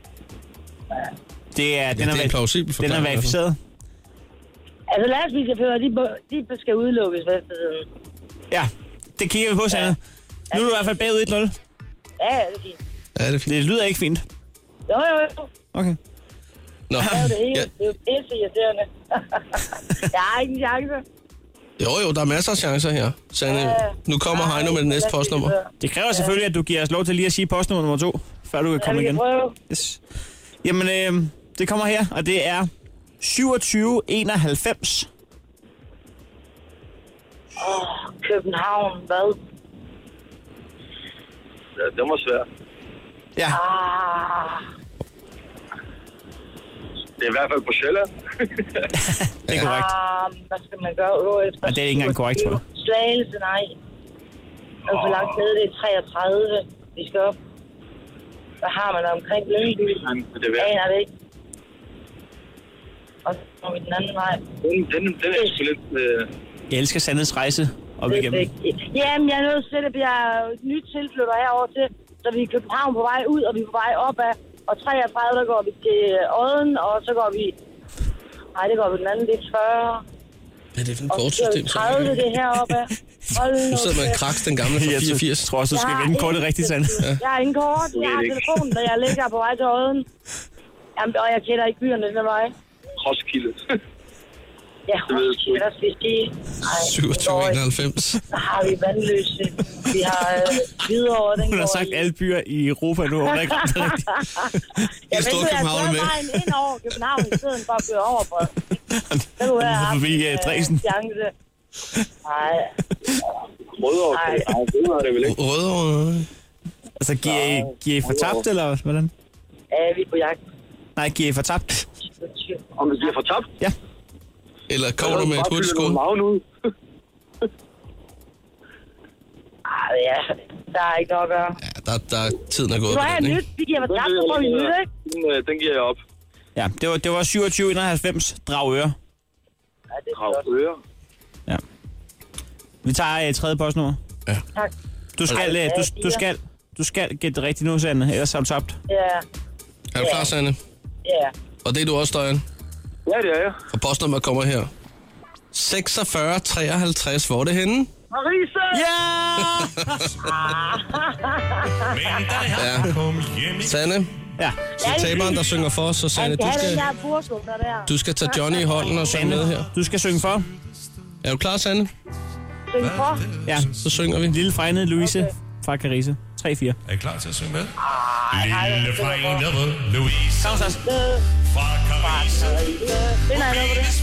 Det er, den ja, er, det er plausibelt den er verificeret. Altså, lastbilchauffører, de, de skal udelukkes vestiden. Ja, det kigger vi på, Sanne. Nu er du i hvert fald bagud et nul. Ja, ja, det er fint. Ja, det er fint. Det lyder ikke fint. Jo, jo, jo. Okay. Nå. Det er jo det hele. Det er jo pisse irriterende. Jeg har ikke en chance. Jo, jo, der er masser af chancer her. Sanne, Ja. nu kommer Ja, Heino med det næste postnummer. Det kræver selvfølgelig, at du giver os lov til lige at sige postnummer nummer to, før du kan komme vi kan igen. prøve. Yes. Jamen, øh, det kommer her, og det er syvogtyve enoghalvfems. Åh, oh, København, hvad? Ja, det var svært. Ja. Ah, Det er i hvert fald på Sjælland. Det er korrekt. ah, hvad skal man gøre? Gå efter Og det er ikke engang korrekt, tror jeg. Slagelse, nej. Og for langt nede, det er treogtredive. Vi skal op. Hvad har man omkring Lyngby? Det er Aner det ikke. Og så kommer vi den anden vej. Den, den, den er sgu lidt... Øh... Jeg elsker Sandes rejse op Det er igennem. vigtigt. Jamen, jeg er nødt til, at vi er nyt tilflytter herover til, så vi er i København på vej ud, og vi er på vej opad. Og treogtredive, der går vi til Odden, og så går vi... Nej, det går vi den anden, det er fyrre. Hvad er det for et Og så kortsystem? er tredive, det er heroppe. Hold nu. Nu sidder man og kraks den gamle fra fireogfirs. Jeg tror også, du skal vende kortet rigtigt, Sanne. Ja. Jeg har ingen kort, jeg har telefonen, da jeg ligger på vej til Odden. Jamen, og jeg kender ikke byerne den vej. Roskilde. Ja, Roskilde, hvad skal vi sige? syvogtyve enoghalvfems. Så har vi Vandløse. Vi har øh, Hvidovre, den Hun har går sagt i. alle byer i Europa nu, og hun har ikke ramt det rigtigt. Jeg står ventede, jeg København tager med. vejen ind over København i stedet for at køre over på. Så kunne jeg have haft Forbi, uh, en Dresden. chance. Nej. Rødovre. Nej. Nej, Rødovre er det vel ikke. Rødovre. Altså, giver I, giver I fortabt, eller hvordan? Ja, vi er på jagt. Nej, giver I fortabt? Om det bliver fortabt? Ja. Eller kommer du med et hurtigt skud? Maven ud. Ah, ja, der er ikke noget at gøre. Ja, der, der tiden er gået Du på har den, nyt, ikke? vi giver fortabt, så får vi nyt, ikke? Den, øh, den giver jeg op. Ja, det var, det var syvogtyve enoghalvfems Dragør. Ja, det er flot. Dragør. Ja. Vi tager uh, tredje postnummer. Ja. Tak. Du skal, uh, du, du skal, du skal gætte det rigtigt nu, Sanne, ellers har du tabt. Ja, Er du klar, Sanne? ja. Og det er du også, Støjen? Ja, det er jeg. Og postnummer kommer her. seksogfyrre treoghalvtreds. Hvor er det henne? Marise! Ja! Ja. Sanne? Ja. Så taberen, der synger for os, så Sanne, Han du kan have den skal, der bursunder der. du skal tage Johnny i hånden og synge med her. Du skal synge for. Er du klar, Sanne? Syng for. Ja. Så synger vi. Lille fregnede Louise fra Carise. tre fire. Er I klar til at synge med? Lille fregnede Louise Kom så. fra Carise. Den er noget på det.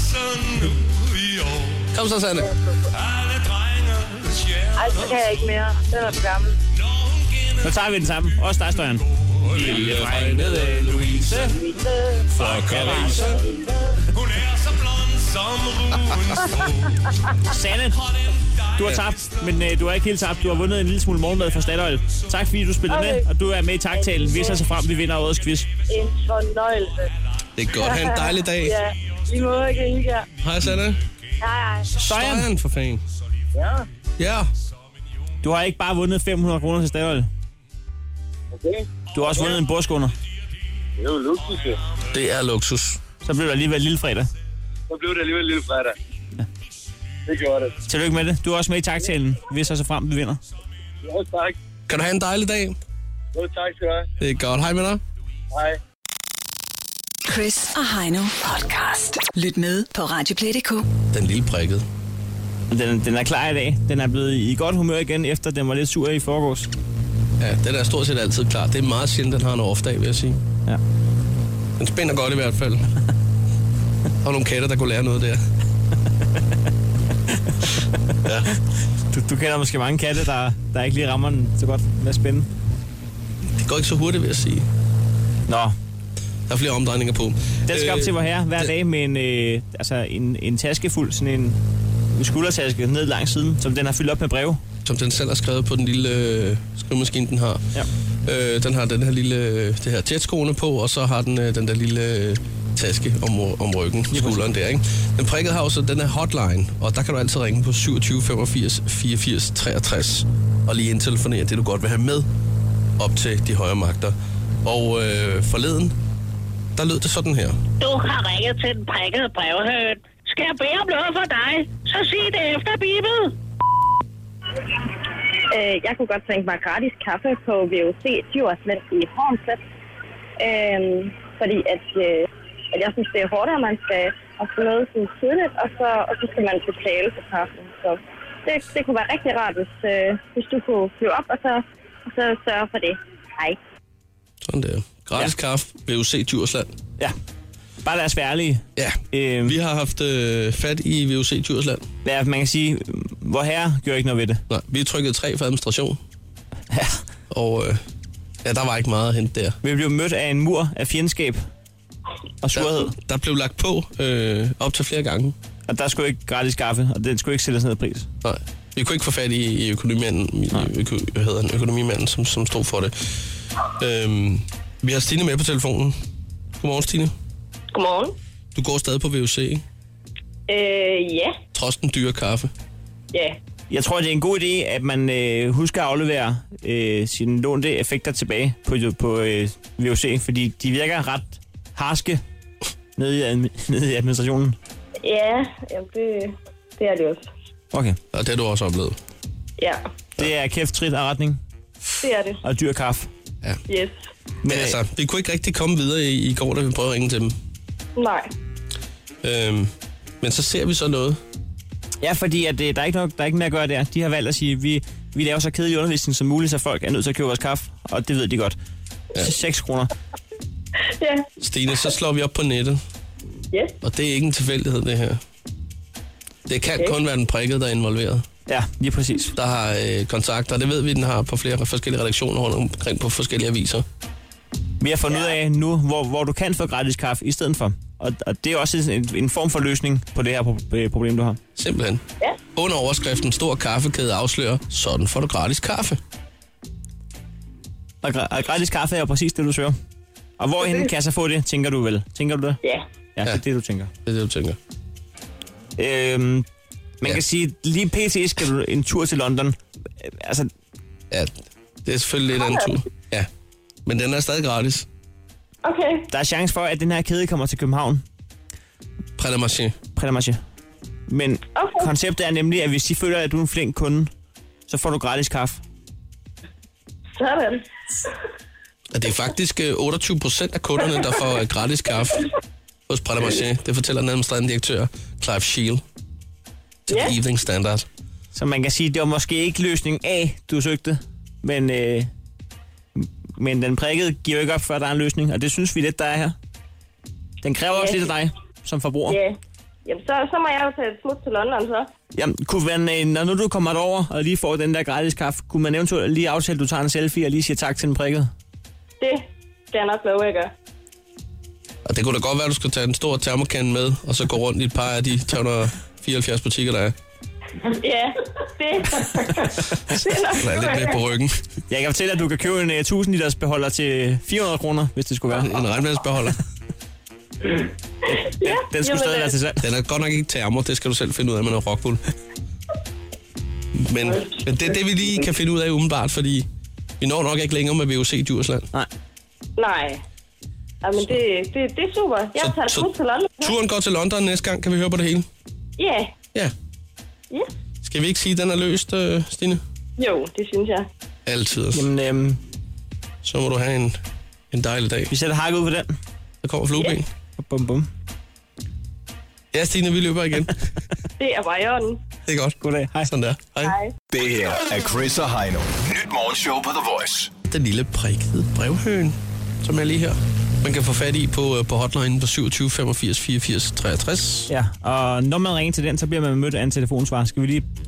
Kom så, Sanne. Alle drenges hjerte. Ej, så kan jeg ikke mere. Den er for gammel. Nu tager vi den sammen. Også dig, Støjen. Lille fregnede Louise fra Carise. Hun er så blond som rugens Sanne, du har tabt, men øh, du har ikke helt tabt. Du har vundet en lille smule morgenmad fra Statoil. Tak fordi du spillede Okay. med, og du er med i taktalen. Hvis så frem, vi vinder årets quiz. En fornøjelse. Det er godt. Ha' en dejlig dag. Ja, vi må ikke hygge jer. Hej, Sanne. Hej, hej. Støjen, for fanden. Ja. Ja. du har ikke bare vundet fem hundrede kroner til Statoil. Okay. Du har også vundet en bordskunder. Det er jo luksus, ja. Det er luksus. Så blev det alligevel lille fredag. Så blev det alligevel lille fredag. Ja. Det gjorde det. Tillykke med det. Du er også med i taktalen, hvis så frem, vi vinder. Ja, tak. Kan du have en dejlig dag? Jo, tak skal du have. Det er godt. Hej med dig. Hej. Chris og Heino podcast. Lyt med på radioplay punktum d k. Den lille prikket. Den, den er klar i dag. Den er blevet i godt humør igen, efter den var lidt sur i forgårs. Ja, den er stort set altid klar. Det er meget sjældent, den har en off-dag, vil jeg sige. Ja. Den spænder godt i hvert fald. Og nogle katter, der kunne lære noget der. Ja. Du, du kender måske mange katte, der, der ikke lige rammer den så godt med at spænde. Det går ikke så hurtigt, vil jeg sige. Nå. Der er flere omdrejninger på. Den skal op Øh, til vor herre hver det- dag med en, øh, altså en, en taske fuld, sådan en, en skuldertaske ned langs siden, som den har fyldt op med breve. Som den selv har skrevet på den lille øh, skrivemaskine, den har. Ja. Øh, den har den her lille, øh, det her jetskoene på, og så har den øh, den der lille øh, taske om, om ryggen, skulderen der, ikke? Den prikket har jo så den her hotline, og der kan du altid ringe på syvogtyve femogfirs fireogfirs treogtres og lige indtelefonere det, du godt vil have med op til de højere magter. Og øh, forleden, der lød det sådan her. Du har ringet til den prikkede brevhøn. Skal jeg bede om noget for dig, så sig det efter bibel. Øh, jeg kunne godt tænke mig gratis kaffe på V O C Djursland i Hornslet. Øh, fordi at, øh, at jeg synes, det er hårdt, at man skal få noget sådan tidligt, og så, og så skal man betale for kaffen. Så det, det kunne være rigtig rart, hvis, øh, hvis du kunne flyve op og så, og så sørge for det. Hej. Sådan der. Gratis ja. kaffe, V O C Djursland. Ja. Bare lad os være ærlige. Ja. Øhm. Vi har haft øh, fat i V O C Djursland. Ja, man kan sige, hvor herre gjorde ikke noget ved det. Nej, vi trykkede tre for administration. Ja. Og øh, ja, der var ikke meget at hente der. Vi blev mødt af en mur af fjendskab og surhed. Der, der blev lagt på øh, op til flere gange. Og der skulle ikke gratis kaffe, og den skulle ikke sættes ned i pris. Nej. Vi kunne ikke få fat i, i økonomimanden, i, øko, hvad hedder han, økonomimanden som, som stod for det. Øhm, vi har Stine med på telefonen. Godmorgen, Stine. Godmorgen. Du går stadig på V O C, ikke? Øh, ja. Trods den dyre kaffe. Ja. Jeg tror, det er en god idé, at man øh, husker at aflevere øh, sine lånte effekter tilbage på, på øh, V O C, fordi de virker ret harske nede i, admi- nede i administrationen. Ja, jamen det, det er det også. Okay. Og det har du også oplevet. Ja, Det er kæft, trit og retning det er det. og dyr kaffe. Ja. Yes. Men altså, vi kunne ikke rigtig komme videre i, i går, da vi prøvede at ringe til dem. Nej. Øhm, men så ser vi så noget. Ja, fordi at, øh, der, er ikke nok, der er ikke mere at gøre der. De har valgt at sige, at vi, vi laver så kedelig undervisning som muligt, så folk er nødt til at købe vores kaffe, og det ved de godt. Ja. seks kroner. Ja. Stine, så slår vi op på nettet. Yes. Og det er ikke en tilfældighed, det her. Det kan Okay. kun være den prikkede, der er involveret. Ja, lige præcis. Der har øh, kontakter, det ved vi, den har på flere forskellige redaktioner rundt omkring på forskellige aviser. Vi har fundet ud af nu, hvor, hvor du kan få gratis kaffe i stedet for. Og, og det er også en, en form for løsning på det her pro- problem, du har. Simpelthen. Ja. Under overskriften Stor kaffekæde afslører, sådan får du gratis kaffe. Og, gra- og gratis kaffe er jo præcis det, du søger. Og hvorhen kan jeg så få det, tænker du vel? Tænker du det? Ja. Ja, det er det, du tænker. Det er det, du tænker. Øhm, man Ja. kan sige, lige pt. skal du en tur til London. Øh, Altså, Ja, det er selvfølgelig lidt af en tur. Ja, men den er stadig gratis. Okay. der er chance for, at den her kæde kommer til København. Prêt-à-marché. Prêt-à-marché. Men Okay. konceptet er nemlig, at hvis de føler, at du er en flink kunde, så får du gratis kaffe. Sådan. Og det er faktisk øh, otteogtyve procent af kunderne, der får øh, gratis kaffe hos Prêt-à-marché. Det fortæller den administrerende direktør, Clive Shield, til Ja. yeah. Evening Standard. Så man kan sige, det var måske ikke løsning A, du søgte, men, øh, men den prikkede giver jo ikke op, før der er en løsning, og det synes vi lidt, der er her. Den kræver også Ja. lidt af dig som forbruger. Ja. Jamen, så, så må jeg jo tage et smut til London, så. Jamen, kunne man, øh, når nu du kommer derover og lige får den der gratis kaffe, kunne man eventuelt lige aftale, at du tager en selfie og lige siger tak til den prikkede? Det skal jeg nok love, jeg gør. Og det kunne da godt være, at du skulle tage en stor termokande med, og så gå rundt i et par af de tre hundrede fireoghalvfjerds butikker, der er. Ja, det, det er nok Der er lidt med på ryggen. Jeg kan fortælle, at du kan købe en uh, tusind liters beholder til fire hundrede kroner, hvis det skulle være. En regnvandsbeholder. Den, den skulle stadig være til salg. Den er godt nok ikke termo, det skal du selv finde ud af med noget Rockwool. Men, men det er det, vi lige kan finde ud af umiddelbart, fordi vi når nok ikke længere med V O C Djursland. Nej. Nej. Jamen, det, det, det er super. Jeg Så- tager et så- smut til London. Turen går til London næste gang, kan vi høre på det hele? Ja. Ja. Ja. Skal vi ikke sige, at den er løst, øh, Stine? Jo, det synes jeg. Altid. Jamen, øhm, Så må du have en, en dejlig dag. vi sætter hakket ud på den. Der kommer flueben. Yeah. Bum, bum. Ja, Stine, vi løber igen. Det er bare i orden. Det er godt. Goddag. Hej. Sådan der. Hej. Hej. Det her er Chris og Heino. Nyt morgenshow på The Voice. Den lille prikkede brevhøen, som jeg lige her. Man kan få fat i på, øh, på hotline på syvogtyve femogfirs fireogfirs treogtres. Ja, og når man ringer til den, så bliver man mødt af en telefonsvar. Skal vi lige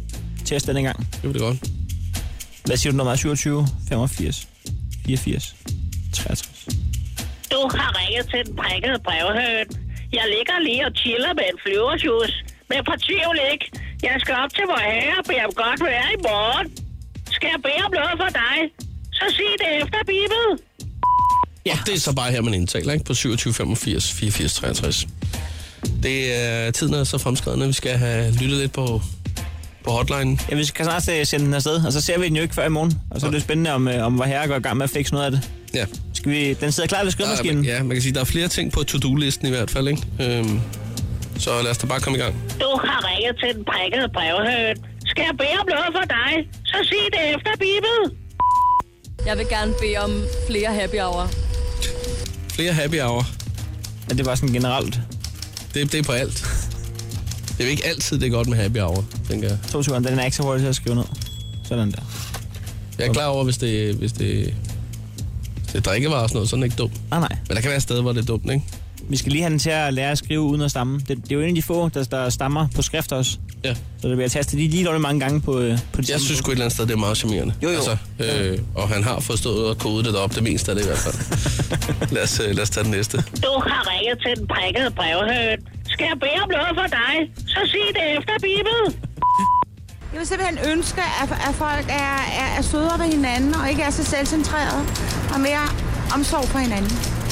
teste denne gang. Det var det godt. Hvad siger du, nummer syvogtyve, femogfirs, fireogfirs, treogtres? Du har ringet til den prikkede brevhøn. Jeg ligger lige og chiller med en flyvershus. Men fortvivl ikke. Jeg skal op til vor herre og bede om godt være i morgen. Skal jeg bede om noget for dig? Så sig det efter Bibel. Ja. Og det er så bare her, man indtaler, ikke? På syvogtyve, femogfirs, fireogfirs, treogtres. Det er tiden er så fremskreden, at vi skal have lyttet lidt på, på hotline. Ja, vi skal snart sende den afsted, og så ser vi den jo ikke før i morgen. Og så er det spændende, om, om vor herre går i gang med at fikse noget af det. Ja. Skal vi, den sidder klar ved skrivemaskinen. Ja, man kan sige, der er flere ting på to-do-listen i hvert fald, ikke? Øhm, så lad os da bare komme i gang. Du har ringet til den prikkede brevhøn. Skal jeg bede om noget for dig? Så sig det efter Bibel. Jeg vil gerne bede om flere happy hour. Flere happy hour? Ja, det var sådan generelt. Det, det er på alt. Det er jo ikke altid, det er godt med happy hour, tænker jeg. to turen, den er ikke så hurtigt til at skrive ned. Sådan der. Jeg er klar over, hvis det, hvis det, hvis det er drikkevarer og sådan noget, så er det ikke dumt. Nej, nej. Men der kan være steder, hvor det er dumt, ikke? Vi skal lige have den til at lære at skrive uden at stamme. Det, det er jo en af de få, der, der stammer på skrift også. Ja. Så det bliver tastet lige, lige mange gange på, på de Jeg synes sgu et eller andet sted, det er meget charmerende. Jo, jo. Altså, øh, og han har forstået og kodet det op, det meste af det i hvert fald. lad, os, lad os tage den næste. Du har ringet til den prikkede brevhøn. Skal jeg bede om noget for dig? Så sig det efter Bibel. Jeg vil simpelthen ønske, at, at folk er, er, er sødere ved hinanden, og ikke er så selvcentreret, og mere omsorg for hinanden.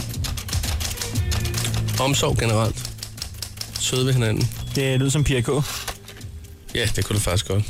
Omsorg generelt. Søde ved hinanden. Det lyder som Pia K. Ja, det kunne det faktisk godt.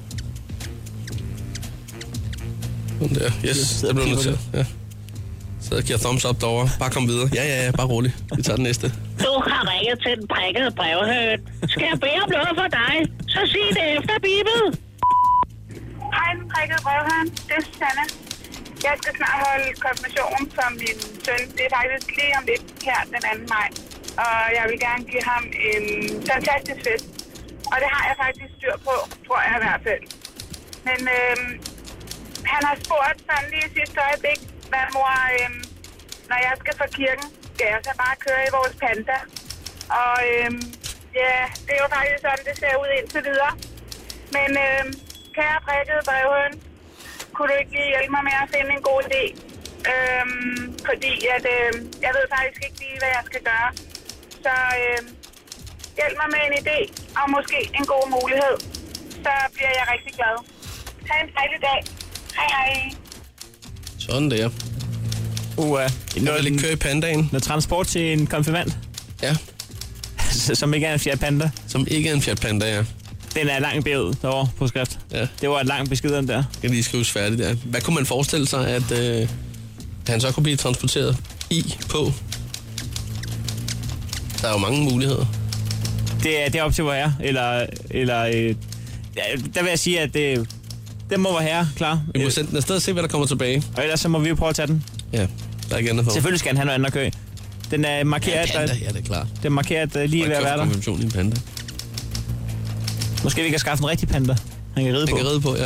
Sådan der. Yes, det blev noteret. Ja. Så jeg giver thumbs up derovre. Bare kom videre. Ja, ja, ja, bare rolig. Vi tager den næste. Du har ringet til den prikkede brevhøn. Skal jeg bede om noget for dig? Så sig det efter Bibel. Hej, den prikkede brevhøn. Det er Susanne. Jeg skal snart holde konfirmation for min søn. Det er faktisk lige om lidt her den anden maj. Og jeg vil gerne give ham en fantastisk fest. Og det har jeg faktisk styr på, tror jeg i hvert fald. Men øhm, han har spurgt sådan lige i sidste øjeblik, hvad mor, øhm, når jeg skal fra kirken, skal jeg så bare køre i vores Panda. Og øhm, ja, det er jo faktisk sådan, det ser ud indtil videre. Men øhm, kære prikkede brevhøn, kunne du ikke lige hjælpe mig med at finde en god idé? Øhm, fordi at, øhm, jeg ved faktisk ikke lige, hvad jeg skal gøre. Så øhm, hjælp mig med en idé, og måske en god mulighed. Så bliver jeg rigtig glad. Ha' en dejlig dag. Hej hej. Sådan der. Uh, jeg vil ikke køre i Pandaen. Noget transport til en konfirmand? Ja. Som ikke er en Fiat Panda? Som ikke er en Fiat Panda, ja. Den er langt bævet derovre på skrift. Ja. Det var et langt besked den der. Jeg kan lige skrives færdigt der. Hvad kunne man forestille sig, at øh, han så kunne blive transporteret i, på? Der er jo mange muligheder. Det er, det er op til vor herre, eller... eller øh, der vil jeg sige, at det, det må vor herre klare. Vi må sende den afsted og se, hvad der kommer tilbage. Og ellers så må vi jo prøve at tage den. Ja, der er ikke andet for. Selvfølgelig skal han have noget andet at køre. Den er markeret... Ja, Panda, ja, det er klart. Den er markeret uh, lige ved at være der. Konfirmation i en Panda. Måske vi kan skaffe en rigtig Panda. Han kan ride han på. Han kan ride på, ja.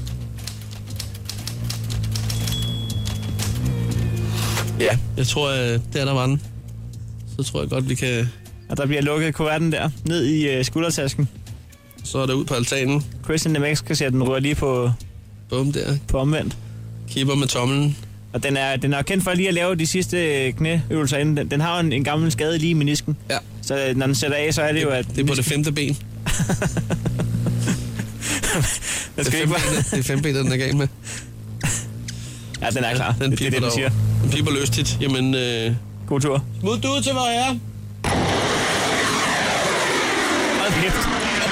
Ja, jeg tror, det er der var den. Så tror jeg godt, vi kan... Og der bliver lukket kuverten der, ned i uh, skuldertasken. Så er der ud på altanen. Christian de Mex kan se, at den rører lige på... Bum der. På omvendt. Kipper med tommelen. Og den er, den er kendt for lige at lave de sidste knæøvelser inden. Den, den har jo en, en gammel skade lige i menisken. Ja. Så når den sætter af, så er det, det jo, at... Det er på det femte ben. det, er fem benet, det er fem benet, den er galt med. Ja, den er klar. Den det, det er det, den siger. Den piper løstigt. Jamen, øh... god tur. Smut du ud til hvor jeg er. Hold kæft.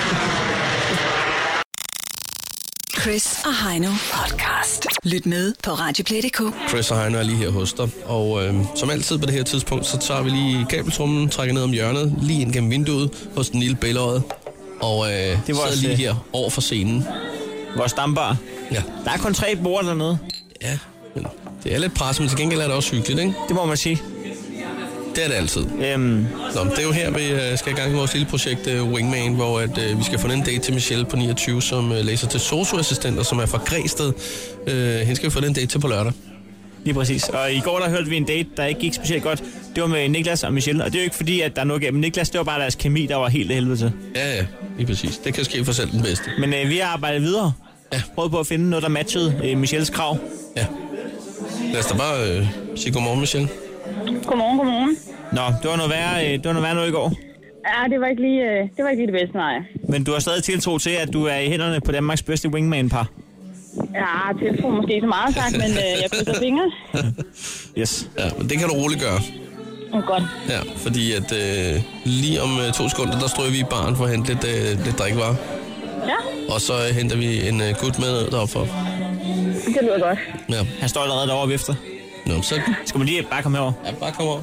Chris og Heino podcast. Lyt med på radioplay punktum d k. Chris og Heino er lige her hos dig. Og øh, som altid på det her tidspunkt, så tager vi lige kabeltrummen, trækker ned om hjørnet, lige ind gennem vinduet hos den lille bælgerød. Og øh, det sidder lige her over for scenen. Vores stambar. Ja. Der er kun tre bord dernede. Ja, men det er lidt pres, men til gengæld er det også hyggeligt, ikke? Det må man sige. Det er det altid. Øhm. Nå, det er jo her, vi skal i gang med vores lille projekt uh, Wingman, hvor at, uh, vi skal få en date til Michelle på niogtyve, som uh, læser til sosu-assistent, og som er fra Græsted. Uh, hende skal vi få den date til på lørdag. Lige præcis. Og i går der hørte vi en date, der ikke gik specielt godt. Det var med Niklas og Michelle. Og det er jo ikke fordi, at der er noget gennem Niklas. Det var bare deres kemi, der var helt af helvede til. Ja, ja. Lige præcis. Det kan ske for selv den bedste. Men øh, vi har arbejdet videre. Ja. Prøvet på at finde noget, der matchede øh, Michelles krav. Ja. Lad os da bare øh, sige godmorgen, Michelle. Godmorgen, godmorgen. Nå, det var noget værre, øh, det var noget værre noget i går. Ja, det var ikke lige, øh, det var ikke lige det bedste, nej. Men du har stadig tiltro til, at du er i hænderne på Danmarks bedste wingman-par. Ja, tiltro måske ikke så meget sagt, men øh, jeg krydser fingre. Yes. Ja, men det kan du roligt gøre. Oh, godt. Ja, fordi at øh, lige om øh, to sekunder, der strøger vi i baren for at hente lidt, øh, lidt drikkevarer. Ja. Og så øh, henter vi en øh, gut med deroppe for. Det lyder godt. Ja. Han står allerede derovre og vifter. Nå, så... Skal man lige bare komme herover? Ja, bare komme over.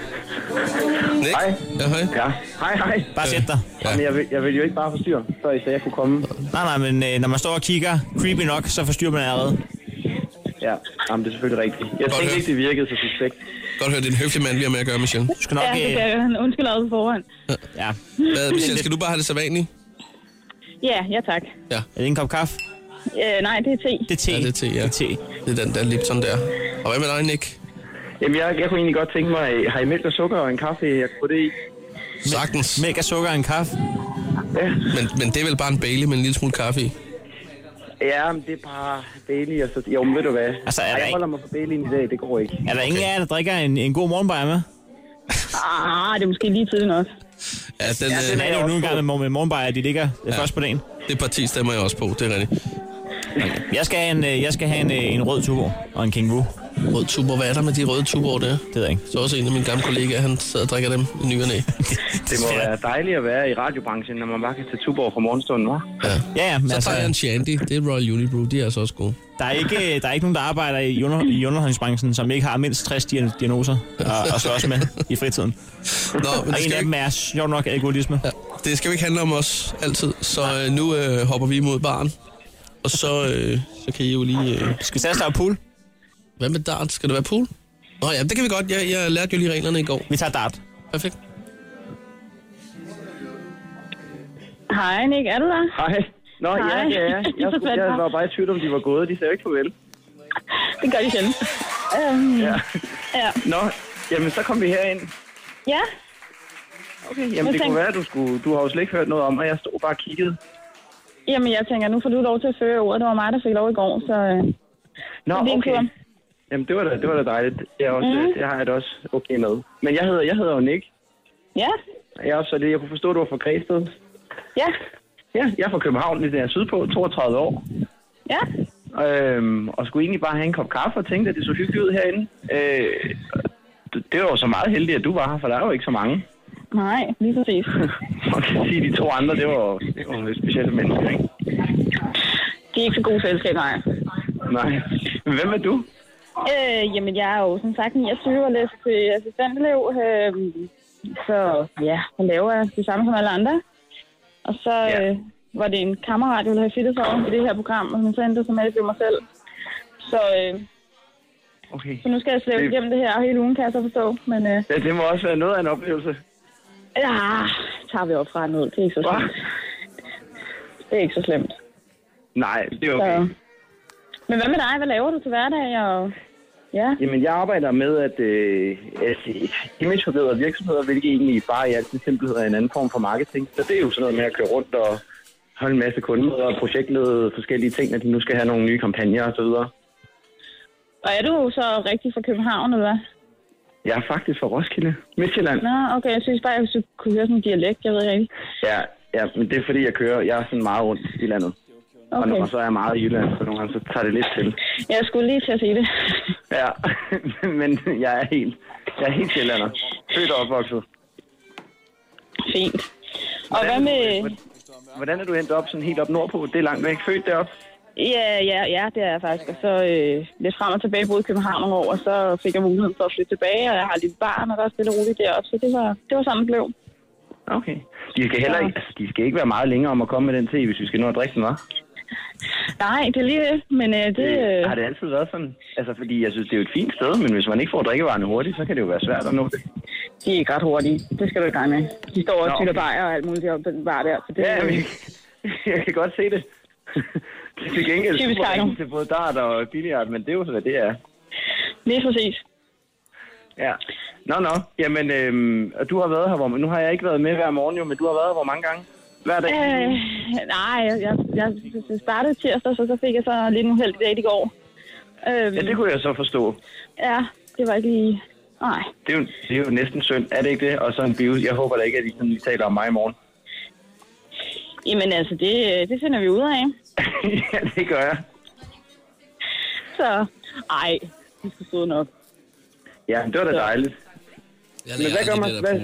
Nick? Hej. Ja, hej. Ja, hej, hej. Bare sæt dig. Ja. Jamen, jeg, vil, jeg vil jo ikke bare forstyrre, før I sagde, jeg kunne komme. Nej, nej, men øh, når man står og kigger creepy nok, så forstyrrer man allerede. Ja, jamen, det er selvfølgelig rigtigt. Jeg Godt tænkte høre. ikke, det virkede så suspekt. Godt høre, det er en høflig mand, vi har med at gøre, Michelle. Du skal nok... Ja, det kan jeg. Undskyld også på forhånd. Ja. Hvad, Michelle, skal du bare have det sædvanlige? Ja, ja tak. Ja. Er det en kop kaffe? Øh, nej, det er te. Det er te. Ja, det er te, ja. Det er te. Det er den der Lipton der. Og hvad med dig, Nick? Jamen, jeg, jeg kunne egentlig godt tænke mig, har I mælk og sukker og en kaffe, jeg kunne få det i? Sagtens. Mælk og sukker og en kaffe? Ja. Men, men det er vel bare en Bailey med en lille smule kaffe i? Ja, men det er bare Bailey, og så... Jo, men ved du hvad? Altså, er Ej, der jeg ikke- holder mig på Bailey'en i dag, det går ikke. Er der ingen af jer, der drikker en, en god morgenbajer med? Ah, det er måske lige tidligt nok. Ja, den, Ja, øh, den er jo nu engang med, med morgenbajer, de ligger ja. først på dagen. Det parti stemmer jeg også på, det er rigtigt. Jeg skal have en, øh, jeg skal have en, øh, en rød Tuborg og en Kangaroo. Rød Tuborg, hvad er der med de røde Tuborg der? Det ved jeg ikke. Så også en af mine gamle kollegaer, han sidder og drikker dem i ny og næ. Det må være dejligt at være i radiobranchen, når man bare kan tage Tuborg fra morgenstunden, hva'? Ja, ja, ja men så altså- tager jeg en Shandy, det er Royal Unibrew, de er altså også gode. Der er ikke, der er ikke nogen, der arbejder i, under, i underholdningsbranchen, som ikke har mindst tres diag- diagnoser at, at slås med i fritiden. Nå, men og det en skal af dem er sjovt nok alkoholisme. Ja, det skal jo ikke handle om os altid, så øh, nu øh, hopper vi imod baren. Og så, øh, så kan I jo lige... Øh... Skal vi tage starte pool? Hvad med dart? Skal det være pool? Nå ja, det kan vi godt. Jeg, jeg lærte jo lige reglerne i går. Vi tager dart. Perfekt. Hej, Nick. Er du der? Hej. Nå, Hej. ja, det er jeg. Jeg, Så jeg, jeg var bare i tvivl, om de var gået. De sagde jo ikke farvel. Det gør de sjældent. Um, Ja. ja. Nå, jamen så kom vi herind. Ja. Okay, jamen Jeg det tænker- kunne være, at du skulle... Du har jo slet ikke hørt noget om, og jeg stod bare og kiggede. Jamen, jeg tænker, nu får du lov til at føre ordet. Det var mig, der fik lov i går, så... øh, Nå, det er en okay. tur. Jamen det var da, det var da dejligt. Det, er også, Mhm. mm. det har jeg da også okay med. Men jeg hedder, jeg hedder jo Nick. Ja. Jeg, er også, så det, jeg kunne forstå, at du var fra Græsted. Ja. Ja, jeg er fra København, lidt der sydpå, toogtredive år. Ja. Øhm, og skulle egentlig bare have en kop kaffe og tænkte, at det så hyggeligt ud herinde. Øh, det, det var jo så meget heldigt, at du var her, for der er jo ikke så mange. Nej, lige præcis. Man kan sige, at de to andre, det var, det var nogle specielle mennesker, ikke? De er ikke så gode selskab, nej. Nej. Men hvem er du? Øh, jamen, jeg er jo som sagt niogtyve og læser til assistentelev. Øh, så ja, jeg laver det samme som alle andre. Og så øh, var det en kammerat, jeg ville have fittet for i det her program, og han så endte som helst ved mig selv. Så, øh, Okay. så nu skal jeg slæve Det- igennem det her hele ugen, kan jeg så forstå. Men øh, Ja, det må også være noget af en oplevelse. ja, tager vi op fra ned. Det er ikke så slemt. Det er ikke så slemt. Nej, det er okay. Så. Men hvad med dig? Hvad laver du til hverdag? Og... Ja. Jamen, jeg arbejder med at, øh, at imageforbedre virksomheder, hvilket egentlig bare i al sin simpelhed er en anden form for marketing. Så det er jo sådan noget med at køre rundt og holde en masse kundemøder og projektlede forskellige ting, at de nu skal have nogle nye kampagner og så videre. Og er du så rigtig fra København, eller hvad? Jeg er faktisk fra Roskilde, Midtjylland. Nå, okay. Jeg synes bare, jeg synes, kunne høre sådan en dialekt. Jeg ved ikke. Ja, ja, men det er fordi, jeg kører. Jeg er sådan meget rundt i landet. Okay. Og når så er jeg meget i Jylland, så nogle gange så tager det lidt til. Jeg skulle lige til at sige det. Ja, men jeg er helt, jeg er helt sjællander. Født og opvokset. Fint. Og hvad med... Hvordan er du endt op sådan helt op nordpå? Det er langt væk. Født deroppe? Ja, ja, ja, det er jeg faktisk. Og så øh, lidt frem og tilbage boede i København nogle år, og så fik jeg muligheden for at flytte tilbage, og jeg har et lille barn, og der er stille og roligt deroppe, så det var, det var sådan, det blev. Okay. De skal heller ikke, altså, de skal ikke være meget længere om at komme med den te, hvis vi skal nå at drikke den, hva'? Nej, det er lige det, men øh, det... Øh... Har det altid været sådan? Altså, fordi jeg synes, det er jo et fint sted, men hvis man ikke får drikkevarerne hurtigt, så kan det jo være svært at nå det. De er ikke ret hurtige. Det skal du ikke regne med. De står også Nå, til okay. bajer og alt muligt deroppe på den bar der. Så det, Ja, men jeg, jeg kan godt se det. Det er til gengæld Typisk super Heino. rigtigt til både dart og billiard, men det er jo så, hvad det er. Lige præcis. Ja. Nå, nå. Jamen, øhm, du har været her, hvor... Nu har jeg ikke været med hver morgen, jo, men du har været her hvor mange gange? Hver dag? Øh, nej, jeg, jeg, jeg startede tirsdag, så, så fik jeg så lidt en uheldig dag i går. Øhm, ja, det kunne jeg så forstå. Ja, det var ikke lige... Nej. Det er, jo, det er jo næsten synd, er det ikke det? Og så en bio. Jeg håber da ikke, at I sådan taler om mig i morgen. Jamen altså, det, det finder vi ud af. Ja, det gør jeg. Så, ej, det skal stå nok. Ja, det var da dejligt. Men hvad gør man? Hvad?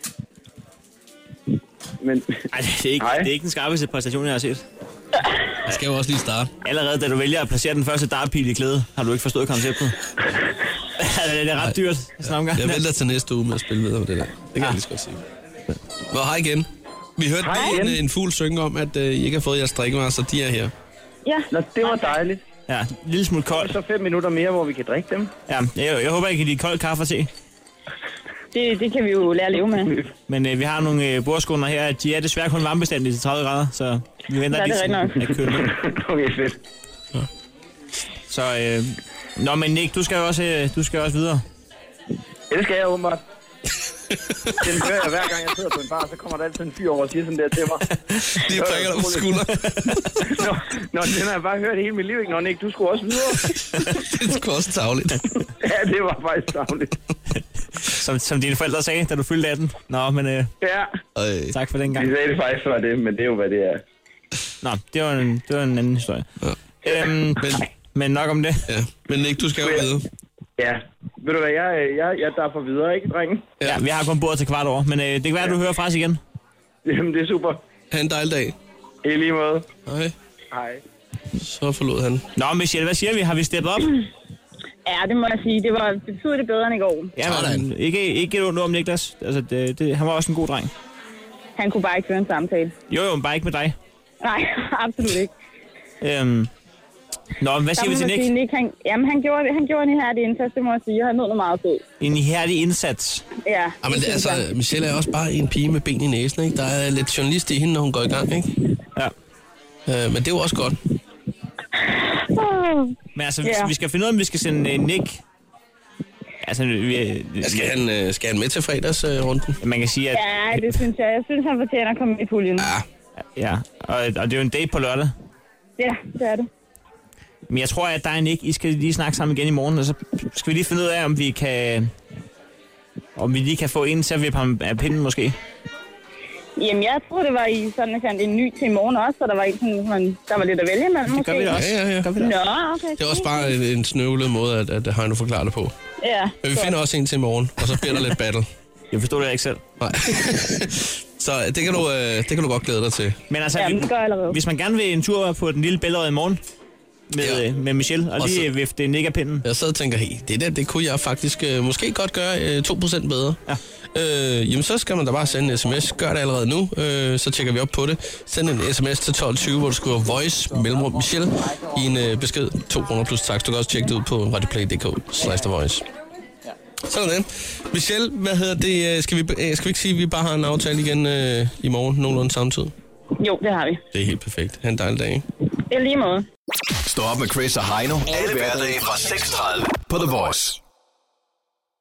Men... Ej, det er, ikke, det er ikke den skarpeste præstation, jeg har set. Jeg skal jo også lige starte. Allerede da du vælger at placere den første dartpil i klæde, har du ikke forstået konceptet. Det er ret dyrt. Sådan jeg vælger til næste uge med at spille videre med det der. Det kan ja. jeg lige så godt sige. Hvor hej igen. Vi hørte en, en fugl synge om, at uh, I ikke har fået jeres drikkevarer, så de er her. Ja. Nå, det var dejligt. Ja, en lille smule koldt. Så fem minutter mere, hvor vi kan drikke dem. Ja, jeg, jeg håber, I kan lide kold kaffe og te. Det, det kan vi jo lære at leve med. Men øh, vi har nogle øh, bordskunder her. De er desværre kun varmebestandige til tredive grader, så vi venter lige til at køle ned. Okay, fedt. Ja. Så, øh... Nå, men Nick, du skal jo også, øh, du skal også videre. Ja, det skal jeg åbenbart. Den hører jeg hver gang, jeg sidder på en bar, så kommer der altid en fyr over og siger sådan der til mig. De prikker dig på skulderen. Nå, nå, den har jeg bare hørt hele mit liv, ikke? Nå, Nick, du skulle også videre. Det er sgu også tarveligt. Ja, det var faktisk tarveligt. Som, som dine forældre sagde, da du fyldte atten. Nå, men øh, ja. Øj. Tak for den gang. De sagde det faktisk var det, men det er jo, hvad det er. Nå, det var en, det var en anden historie. Ja. Øhm, men, men nok om det. Ja. Men Nick, du skal jo videre. Ja. Ved du hvad, jeg, jeg, jeg derfor videre, ikke, drengen? Ja, ja, vi har kun bordet til kvart over, men øh, det kan være, at du hører fra os igen. Jamen, det er super. Ha' en dejlig dag. I lige måde. Hej. Hej. Så forlod han. Nå, Michelle, hvad siger vi? Har vi steppet op? Ja, det må jeg sige. Det var betydeligt bedre end i går. Ja, men ikke, ikke et ondt om Niklas. Altså, det, det, han var også en god dreng. Han kunne bare ikke føre en samtale. Jo, jo, men bare ikke med dig. Nej, absolut ikke. Øhm... Nå, men hvad siger vi til Nick? Sige, Nick han, jamen, han gjorde, han gjorde en ihærdig indsats, det må jeg sige. Jeg har nået noget meget sød. En ihærdig indsats? Ja. Ja, men det, altså, Michelle er også bare en pige med ben i næsen, ikke? Der er lidt journalist i hende, når hun går i gang, ikke? Ja. Øh, men det er jo også godt. Oh. Men altså, yeah. vi skal finde ud af, om vi skal sende uh, Nick... Altså, vi, ja, skal, han, skal han med til fredagsrunden? Uh, man kan sige, at... Ja, det synes jeg. Jeg synes, han fortjener at komme i puljen. Ja. Ja, og, og det er jo en date på lørdag. Ja, det er det. Men jeg tror, at dig og Nick, I skal lige snakke sammen igen i morgen, og så skal vi lige finde ud af, om vi kan... Om vi lige kan få en til at vippe ham af pinden, måske. Jamen, jeg tror, det var i sådan, at en ny til i morgen også, så der var, sådan, man, der var lidt at vælge imellem, måske. Det gør vi da også. Ja, ja, ja. Gør vi da. Nå, okay. Det er også bare en, en snøvlet måde, at, at Heino forklarer det på. Ja. Men vi finder også en til i morgen, og så bliver der lidt battle. Jeg forstår det ikke selv. Nej. Så det kan, du, det kan du godt glæde dig til. Men altså, ja, vi, hvis man gerne vil en tur på den lille Bællerød i morgen, med, ja. med Michelle, og, og lige vifte Nick af pinden. Jeg sad og tænker, hey, det der, det kunne jeg faktisk øh, måske godt gøre øh, to procent bedre. Ja. Øh, jamen, så skal man da bare sende en sms. Gør det allerede nu, øh, så tjekker vi op på det. Send en sms til tolv tyve, hvor du skriver voice mellemrum Michelle i en øh, besked. to kroner plus takst. Du kan også tjekke det ud på radioplay punktum d k slash the voice. Sådan det. Michelle, hvad hedder det? Skal vi, skal vi ikke sige, at vi bare har en aftale igen øh, i morgen, nogenlunde samtidig? Jo, det har vi. Det er helt perfekt. Ha' en dejlig dag. Det er lige måde. Stå op med Chris og Heino. Alle hverdage fra seks tredive på The Voice.